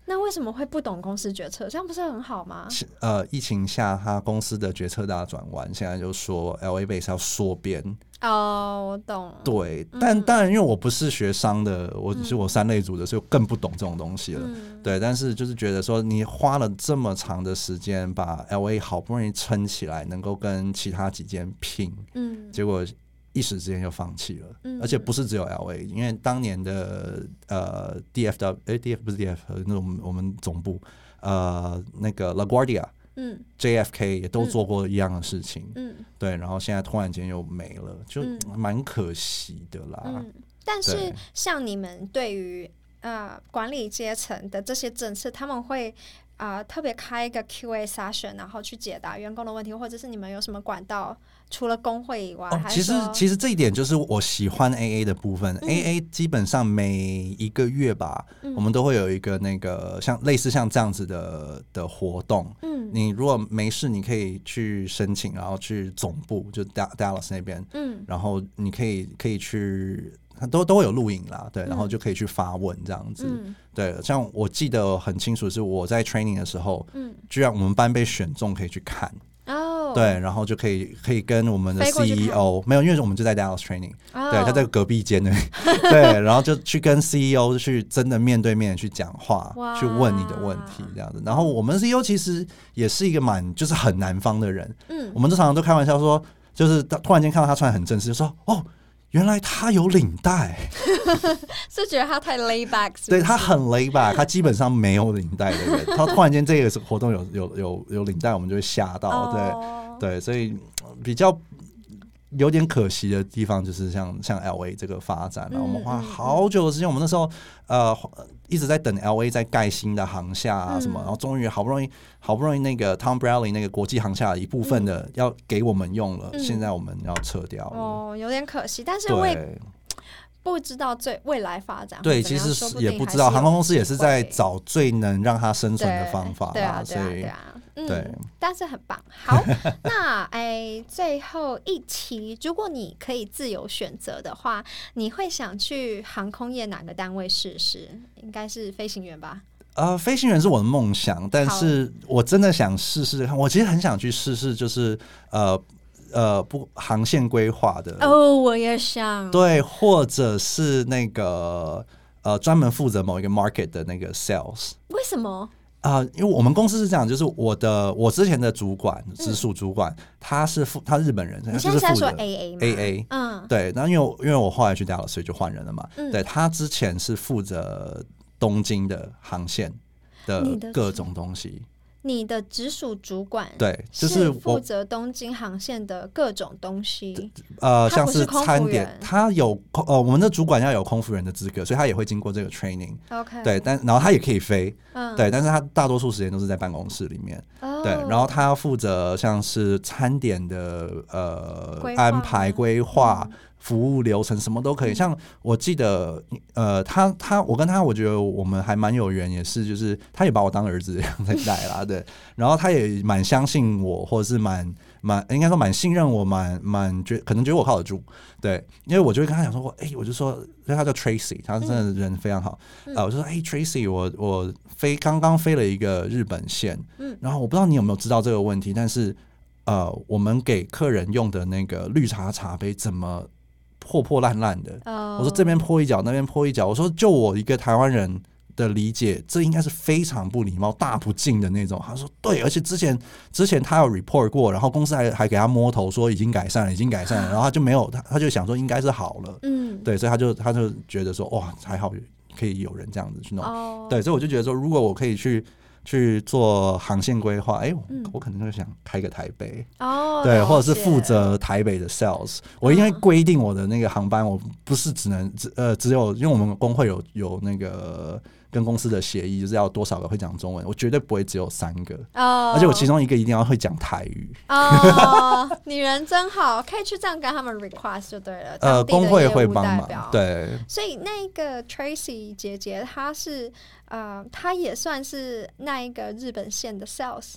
那为什么会不懂公司决策？这样不是很好吗？ 疫情下，他公司的决策大转弯，现在就说 LA base 要缩编。 我懂。 对，但当然，因为我不是学商的，我是我3类组的，所以我更不懂这种东西了。对，但是就是觉得说，你花了这么长的时间，把 LA 好不容易撑起来，能够跟其他几间拼，结果一时之间就放弃了，而且不是只有 LA， 因为当年的DF 不是 DF， 那种我们总部那个 LaGuardia，JFK 也都做过一样的事情，对，然后现在突然间又没了，就蛮可惜的啦。 但是像你们对于管理阶层的这些政策，他们会特别开一个 QA session， 然后去解答员工的问题，或者是你们有什么管道？除了工会以外， 其实这一点就是我喜欢 AA 的部分。AA 基本上每一个月吧，我们都会有一个那个类似像这样子的活动。你如果没事，你可以去申请，然后去总部，就 Dallas 那边，然后你可以去。都会有录影啦，对，然后就可以去发问这样子，对，像我记得很清楚，是我在 training 的时候，居然我们班被选中可以去看，对，然后就可以跟我们的 CEO 没有，因为我们就在 Dallas training，对，他在隔壁间的，对，然后就去跟 CEO 去真的面对面去讲话，去问你的问题这样子，然后我们 CEO 其实也是一个就是很南方的人，我们常常都开玩笑说，就是突然间看到他穿很正式，就说原来他有领带， 是觉得他太 lay back， 是不是？ 对，他很 lay back， 他基本上没有领带的人，他突然间这个活动有领带，我们就会吓到，对，所以比较有点可惜的地方就是像 LA 这个发展，我们花好久的时间，我们那时候一直在等 LA 在盖新的航厦什么，然后终于好不容易那个 Tom Bradley 那个国际航厦的一部分的要给我们用了，现在我们要撤掉了， 有点可惜，但是我也不知道未来发展， 对，其实也不知道，航空公司也是在找最能让它生存的方法啦，所以对， 但是很棒。好，那最后一题，如果你可以自由选择的话，你会想去航空业哪个单位试试？应该是飞行员吧？ 飞行员是我的梦想，但是我真的想试试看。我其实很想去试试，就是不航线规划的我也想， 对，或者是那个专门负责某一个 market 的那个 sales。 为什么？ 因为我们公司是这样，就是我之前的主管，直属主管，他日本人， 你现在是在说 AA 吗 ？AA，对，然后因为我后来去Dallas，所以就换人了嘛。对，他之前是负责东京的航线的各种东西。 你的直属主管对，就是负责东京航线的各种东西。 像是餐点，他有我们的主管要有空服员的资格，所以他也会经过这个 training。 OK， 对，然后他也可以飞，对，但是他大多数时间都是在办公室里面。对，然后他要负责像是餐点的安排规划。服务流程什么都可以，像我记得，我跟他，我觉得我们还蛮有缘，也是就是他也把我当儿子这样在带啦，对，然后他也蛮相信我，或者是应该说蛮信任我，可能觉得我靠得住，对，因为我就会跟他讲说，我就说，因为他叫 Tracy， 他真的人非常好，我就说，Tracy， 我刚刚飞了一个日本线，然后我不知道你有没有知道这个问题，但是我们给客人用的那个绿茶茶杯怎么破烂烂的，我说这边泼一脚，那边泼一脚，我说就我一个台湾人的理解，这应该是非常不礼貌、大不敬的那种。他说对，而且之前他有 report 过，然后公司还给他摸头说已经改善了，然后他就没有，他就想说应该是好了，对，所以他就觉得说哇，还好可以有人这样子去弄，对，所以我就觉得说，如果我可以去做航线规划，我可能就想开个台北，对，或者是负责台北的 sales。我因为规定我的那个航班，我不是只有，因为我们工会有那个跟公司的协议，就是要多少个会讲中文，我绝对不会只有3个，而且我其中一个一定要会讲台语。 你人真好，可以去这样跟他们 request 就对了。 工会会帮忙，对。 所以那个 Tracy 姐姐，她是她也算是那一个日本线的 sales。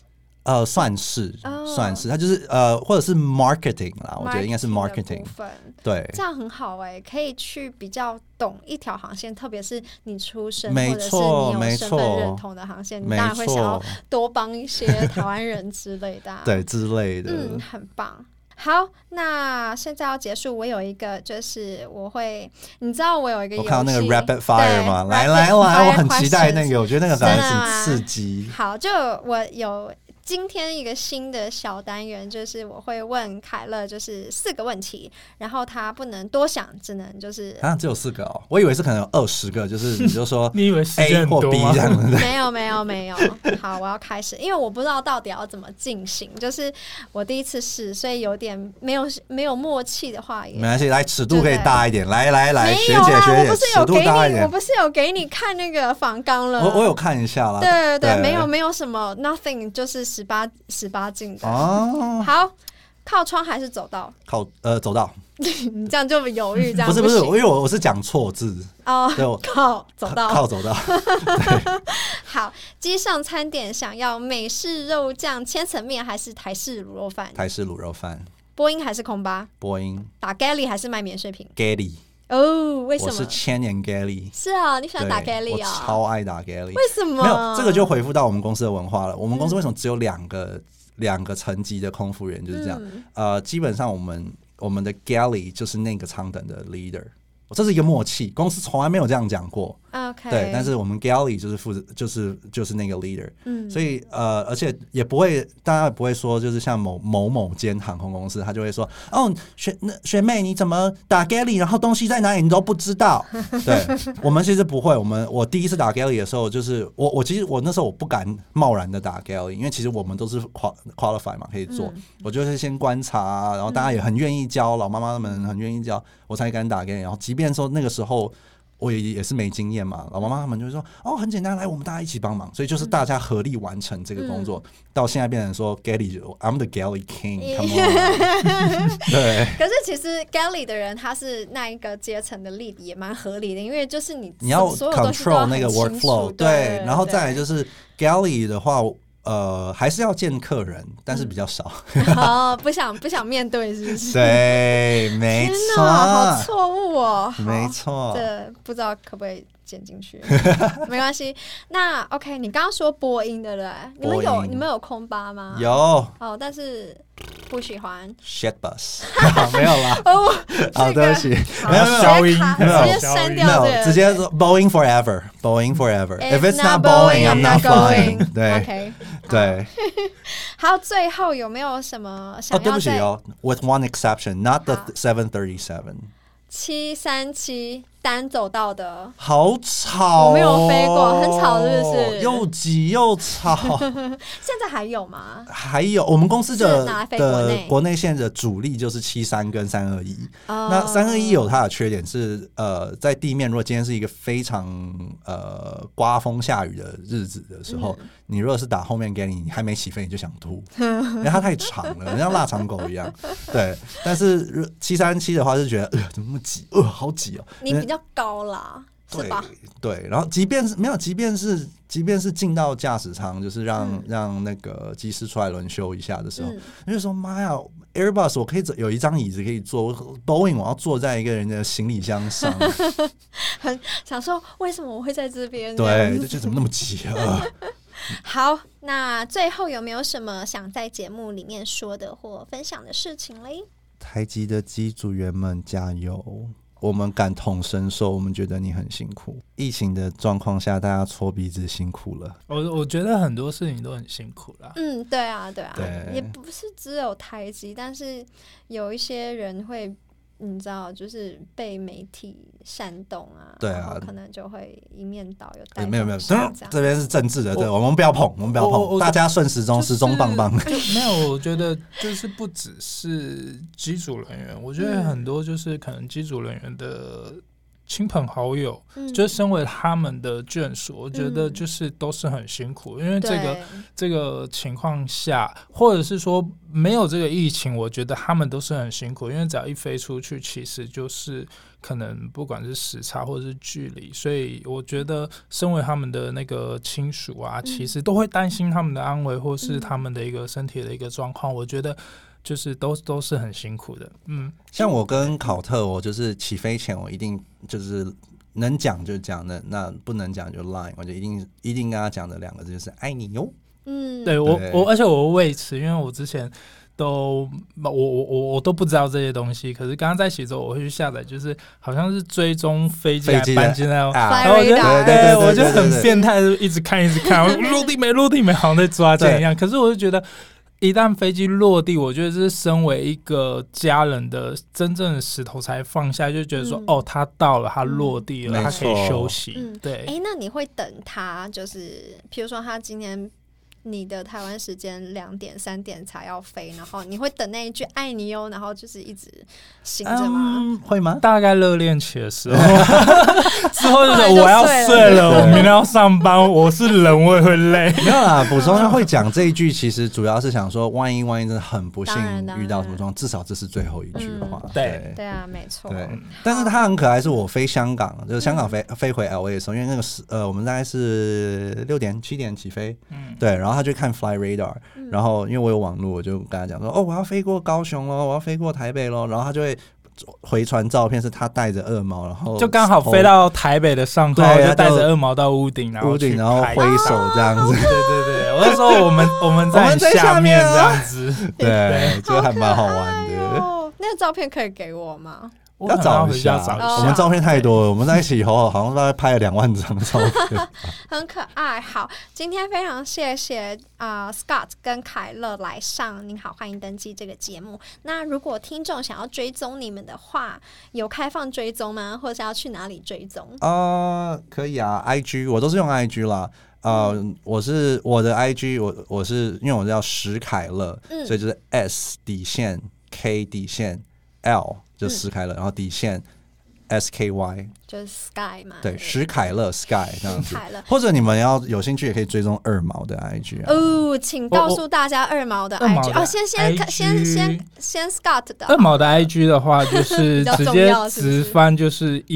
算是，它就是或者是 marketing 啦，我觉得应该是 marketing 部分。 对， 这样很好可以去比较懂一条航线，特别是你出身或者是你有身份认同的航线，你当然会想要多帮一些台湾人之类的、 对之类的， 很棒。好，那现在要结束，我有一个就是你知道我有一个游戏， 我看到那个 rapid fire 吗？来，我很期待那个，我觉得那个反而很刺激。 好，就我有今天一个新的小单元，就是我会问凯乐就是4个问题，然后他不能多想，只能就是只有4个哦，我以为是可能有20个，就是你就说你以为 A 或 B 这样子？ 没有。好，我要开始，因为我不知道到底要怎么进行，就是我第一次试，所以有点没有默契的话也没关系，来尺度可以大一点，来，学姐， 我不是有给你看那个访纲了？ 我有看一下啦。 对，没有什么 nothing， 就是18禁的。好，靠窗还是走道？ 走道。 你这样就犹豫，这样不是，因为我是讲错字靠走道， 靠走道。 好，机上餐点想要美式肉酱千层面还是台式卤肉饭？ 台式卤肉饭。 波音还是空巴？ 波音。 打 galley 还是卖免税品 ？galley。 为什么？ 我是千年 galley。 是啊，你喜欢打 galley 我超爱打 galley。 为什么？ 没有，这个就回复到我们公司的文化了。我们公司为什么只有两个层级的空服员就是这样？基本上我们的 galley 就是那个舱等的 leader， 这是一个默契，公司从来没有这样讲过。 Okay. 对，但是我们 galley 就是负责，就是那个 leader，所以而且也不会，大家也不会说，就是像某间航空公司，他就会说，哦，学妹你怎么打 galley， 然后东西在哪里你都不知道。对，我们其实不会，我第一次打 galley 的时候，就是其实我那时候我不敢贸然的打 galley， 因为其实我们都是 qualify 嘛，可以做，我就是先观察，然后大家也很愿意教，老妈妈们很愿意教，我才敢打 galley， 然后即便说那个时候。我也是没经验嘛，老妈妈他们就会说哦很简单，来我们大家一起帮忙，所以就是大家合力完成这个工作，到现在变成说 galley I'm the galley king，come on 对。 可是其实 galley 的人他是那一个阶层的lead也蛮合理的，因为就是你要所有东西都要 control 那个 workflow， 对，然后再来就是 galley 的话。还是要见客人，但是比较少。 不想面对，是不是？ 对，没错， 好错误哦， 没错。 这不知道可不可以剪进去，没关系。那 OK， 你刚刚说波音对不对？你们有空巴吗？ 有。 但是不喜欢 shit bus 没有啦。好，对不起， 没有消音， 直接删掉这个， 直接说 Boeing forever。Boeing forever。If it's not Boeing, I'm not flying。对 ，OK。 对， 好，最后有没有什么想要对不起，with one exception, not the 737。 737单走道的， 好吵， 我没有飞过，很吵是不是？ 又挤又吵。 现在还有吗？ 还有，我们公司的国内线的主力就是73跟321。那321有它的缺点是，在地面如果今天是一个非常刮风下雨的日子的时候，你如果是打后面给你还没起飞你就想吐，因为它太长了，像腊肠狗一样。对，但是737的话是觉得怎么那么挤，好挤哦。 你比较高啦，是吧？ 对，然后即便是进到驾驶舱，就是让那个机师出来轮休一下的时候，你就说妈呀 ，Airbus 我可以有一张椅子可以坐 ，Boeing 我要坐在一个人的行李箱上， 很想说为什么我会在这边？ 对，就觉得怎么那么挤啊？ 好，那最后有没有什么想在节目里面说的或分享的事情嘞？ 台籍的机组员们加油！我们感同身受，我们觉得你很辛苦。疫情的状况下，大家搓鼻子辛苦了。 我觉得很多事情都很辛苦啦。 对啊，也不是只有台籍，但是有一些人会，你知道，就是被媒体煽动啊， 对啊， 可能就会一面倒有带。 没有，这边是政治的，对，我们不要碰，大家顺时钟，时钟棒棒。 没有，我觉得就是不只是机组人员，我觉得很多就是可能机组人员的亲朋好友，就是身为他们的眷属，我觉得就是都是很辛苦，因为这个情况下，或者是说没有这个疫情，我觉得他们都是很辛苦，因为只要一飞出去，其实就是可能不管是时差或者是距离，所以我觉得身为他们的那个亲属啊，其实都会担心他们的安危或是他们的一个身体的一个状况，我觉得就是都是很辛苦的。 像我跟考特，我就是起飞前我一定就是能讲就讲的，那不能讲就 line， 我就一定跟他讲的2个字就是爱你哟。 对，而且我为此，因为我之前我都不知道这些东西，可是刚刚在一起之后，我会去下载，就是好像是追踪飞机来班机那种，然后我就很变态，一直看，落地没，好像在抓奸一样。可是我就觉得，一旦飞机落地，我觉得这是身为一个家人的真正的石头才放下，就觉得说，他到了，他落地了，他可以休息。对， 那你会等他，就是比如说他今天你的台湾时间2点3点才要飞，然后你会等那一句爱你哟，然后就是一直醒着吗？ 会吗？ 大概热恋期的时候之后就是我要睡了，我明天要上班，我是人我也会累。 没有啦，补充一下，会讲这一句其实主要是想说万一真的很不幸遇到什么状况，至少这是最后一句的话。 对啊，没错。 对，但是他很可爱，是我飞香港，就是香港飞回 LA 的时候，因为那个我们大概是6点7点起飞，对，然后他就看 Fly Radar，然后因为我有网络，我就跟他讲说，我要飞过高雄咯，我要飞过台北咯，然后他就会回传照片，是他带着2毛，然后就刚好飞到台北的上空，就带着2毛到屋顶，然后挥手这样子。 对，我就说我们在下面这样子， 对，这个还蛮好玩的。 那个照片可以给我吗？ 要找一下，我们照片太多了，我们在一起以后好像大概拍了2万张照片， 很可爱。好，今天非常谢谢Scott 跟凯乐来上您好欢迎登机这个节目。那如果听众想要追踪你们的话，有开放追踪吗？或者是要去哪里追踪？ 可以啊 ，IG 我都是用 IG 啦。我的 IG 我是因为我叫史凯乐，所以就是 S_K_L 就史凯乐，然后底线 SKY 就是 Sky 嘛， 对，史凯乐 Sky 这样子。或者你们要有兴趣也可以追踪2毛的 IG 啊。 请告诉大家2毛的 IG。先 Scott 的 2毛的 IG 的话，就是直接直翻就是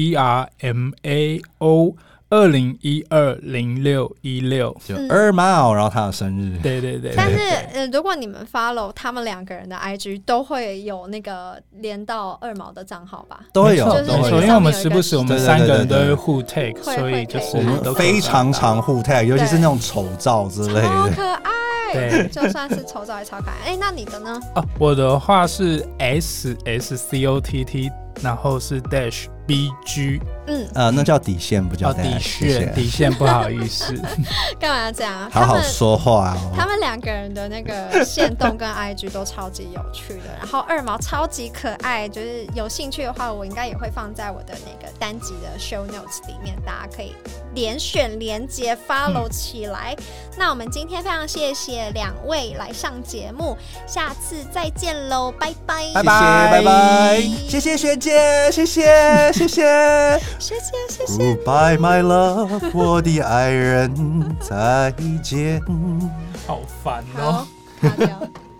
ERMAO。20120616 就2毛，然后他的生日。 对。 但是如果你们 follow 他们2个人的 IG， 都会有那个连到2毛的账号吧？ 都会有， 因为我们时不时我们3个人都会互 tag， 所以就是我们非常常互 tag， 尤其是那种丑照之类的， 超可爱。对，就算是丑照也超可爱。那你的呢？ 我的话是 SSCOTT， 然后是 dash BG， 那叫底线，不叫底线，不好意思。 干嘛这样？ 好好说话哦。 他们2个人的那个限动跟 IG 都超级有趣的，然后2毛超级可爱，就是有兴趣的话，我应该也会放在我的那个单集的 show notes 里面，大家可以连选连结 follow 起来。那我们今天非常谢谢2位来上节目，下次再见喽，拜拜， 拜拜，谢谢学姐，谢谢。Goodbye my love， 我的爱人，再见。 好烦哦。 卡掉。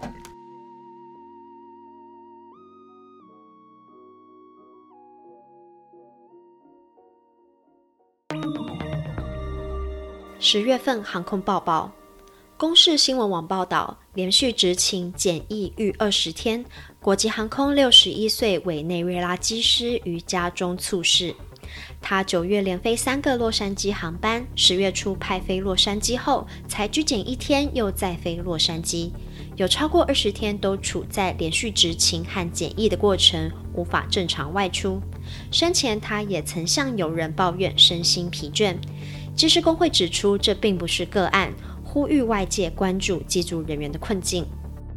10月份航空报报，公视新闻网报道，连续执勤检疫逾20天，国际航空61岁委内瑞拉机师于家中猝逝。他9月连飞3个洛杉矶航班，10月初派飞洛杉矶后，才居检1天，又再飞洛杉矶，有超过20天都处在连续执勤和检疫的过程，无法正常外出。生前他也曾向友人抱怨身心疲倦。机师工会指出，这并不是个案，呼吁外界关注机组人员的困境。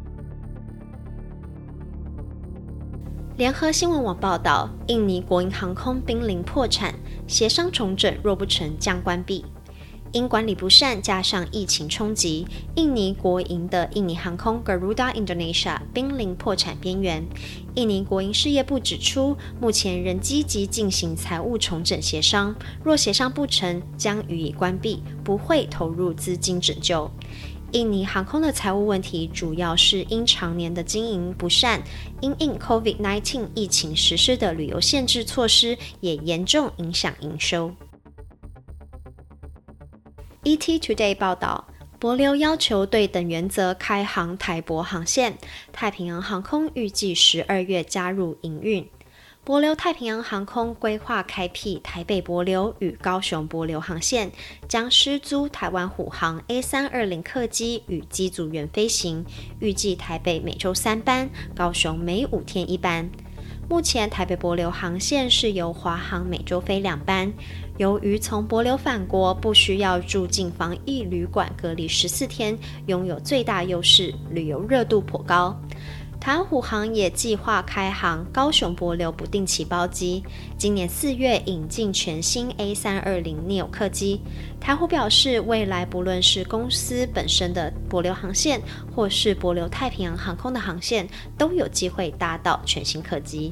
联合新闻网报道，印尼国营航空濒临破产，协商重整若不成将关闭。 因管理不善加上疫情冲击，印尼国营的印尼航空 Garuda Indonesia 濒临破产边缘。印尼国营事业部指出，目前仍积极进行财务重整协商，若协商不成，将予以关闭，不会投入资金拯救。印尼航空的财务问题主要是因常年的经营不善，因应 COVID-19 疫情实施的旅游限制措施也严重影响营收。ET Today 报道，帛琉要求对等原则开航台帛航线，太平洋航空预计12月加入营运。帛琉太平洋航空规划开辟台北帛琉与高雄帛琉航线，将师租台湾虎航 A320 客机与机组员飞行，预计台北每周3班，高雄每5天1班。目前台北帛琉航线是由华航每周飞2班，由于从帛琉返国不需要住进防疫旅馆隔离14天，拥有最大优势，旅游热度颇高。台湾虎航也计划开航高雄帛琉不定期包机，今年4月引进全新 A320 neo 客机。台虎表示，未来不论是公司本身的帛琉航线，或是帛琉太平洋航空的航线，都有机会搭到全新客机。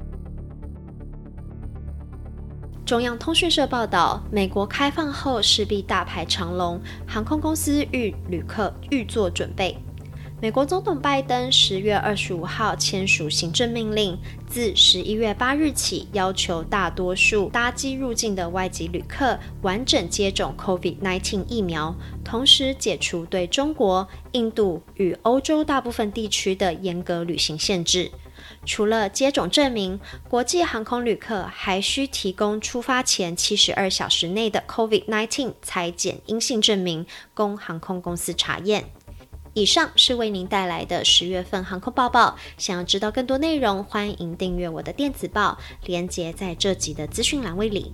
中央通讯社报道，美国开放后势必大排长龙，航空公司与旅客预做准备。美国总统拜登10月25号签署行政命令，自11月8日起，要求大多数搭机入境的外籍旅客完整接种 COVID-19 疫苗，同时解除对中国、印度与欧洲大部分地区的严格旅行限制。除了接种证明，国际航空旅客还需提供出发前72小时内的 COVID-19 采检阴性证明，供航空公司查验。以上是为您带来的10月份航空报报，想要知道更多内容，欢迎订阅我的电子报，连结在这集的资讯栏位里。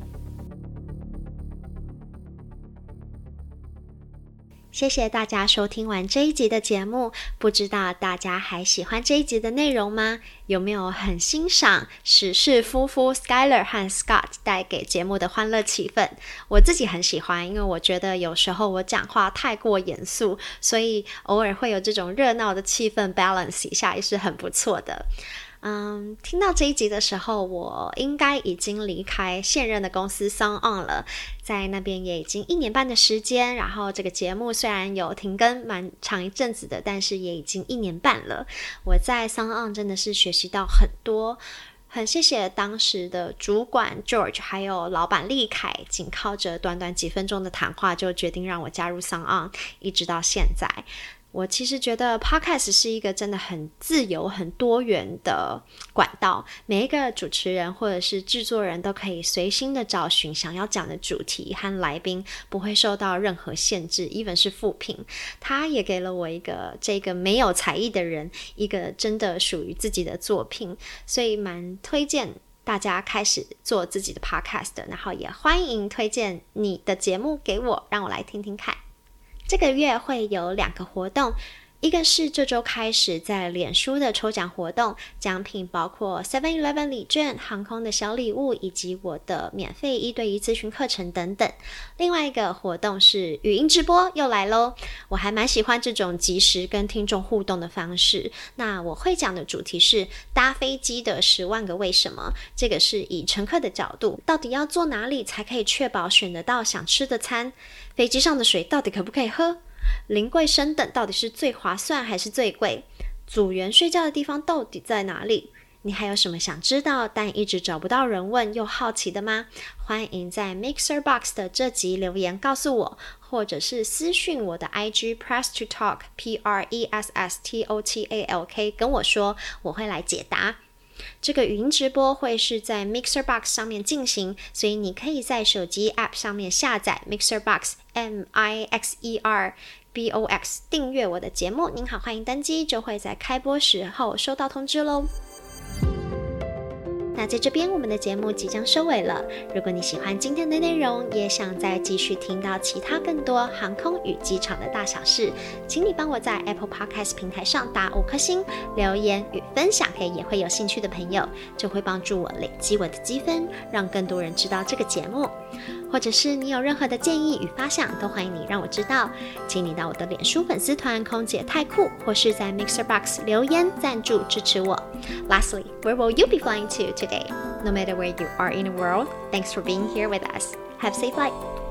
谢谢大家收听完这一集的节目，不知道大家还喜欢这一集的内容吗？有没有很欣赏史氏夫妇 Skyler 和 Scott 带给节目的欢乐气氛？我自己很喜欢，因为我觉得有时候我讲话太过严肃，所以偶尔会有这种热闹的气氛 balance 一下也是很不错的。听到这一集的时候，我应该已经离开现任的公司 SoundOn 了，在那边也已经1年半的时间，然后这个节目虽然有停更蛮长一阵子的，但是也已经1年半了。我在 SoundOn 真的是学习到很多，很谢谢当时的主管 George 还有老板立凯，仅靠着短短几分钟的谈话就决定让我加入 SoundOn， 一直到现在。我其实觉得 Podcast 是一个真的很自由、很多元的管道，每一个主持人或者是制作人都可以随心的找寻想要讲的主题和来宾，不会受到任何限制 even 是负评。他也给了我这个没有才艺的人一个真的属于自己的作品，所以蛮推荐大家开始做自己的 Podcast， 然后也欢迎推荐你的节目给我，让我来听听看。这个月会有2个活动，一个是这周开始在脸书的抽奖活动，奖品包括 7-Eleven 礼券、航空的小礼物以及我的免费1对1咨询课程等等。另外一个活动是语音直播又来咯，我还蛮喜欢这种即时跟听众互动的方式。那我会讲的主题是搭飞机的10万个为什么，这个是以乘客的角度，到底要坐哪里才可以确保选得到想吃的餐？飞机上的水到底可不可以喝？临柜升等到底是最划算还是最贵？组员睡觉的地方到底在哪里？你还有什么想知道但一直找不到人问又好奇的吗？欢迎在 MixerBox 的这集留言告诉我，或者是私讯我的 IG Press to Talk PRESSTOTALK 跟我说，我会来解答。这个语音直播会是在 MixerBox 上面进行，所以你可以在手机 App 上面下载 MixerBox MIXERBOX 订阅我的节目。您好，欢迎登机，就会在开播时候收到通知咯。 那在这边，我们的节目即将收尾了。如果你喜欢今天的内容，也想再继续听到其他更多航空与机场的大小事，请你帮我在 Apple Podcast 平台上打5颗星，留言与分享给也会有兴趣的朋友，就会帮助我累积我的积分，让更多人知道这个节目。或者是你有任何的建议与发想，都欢迎你让我知道。请你到我的脸书粉丝团空姐太酷，或是在 Mixer Box 留言赞助支持我。Lastly, where will you be flying to today? No matter where you are in the world, thanks for being here with us. Have a safe flight.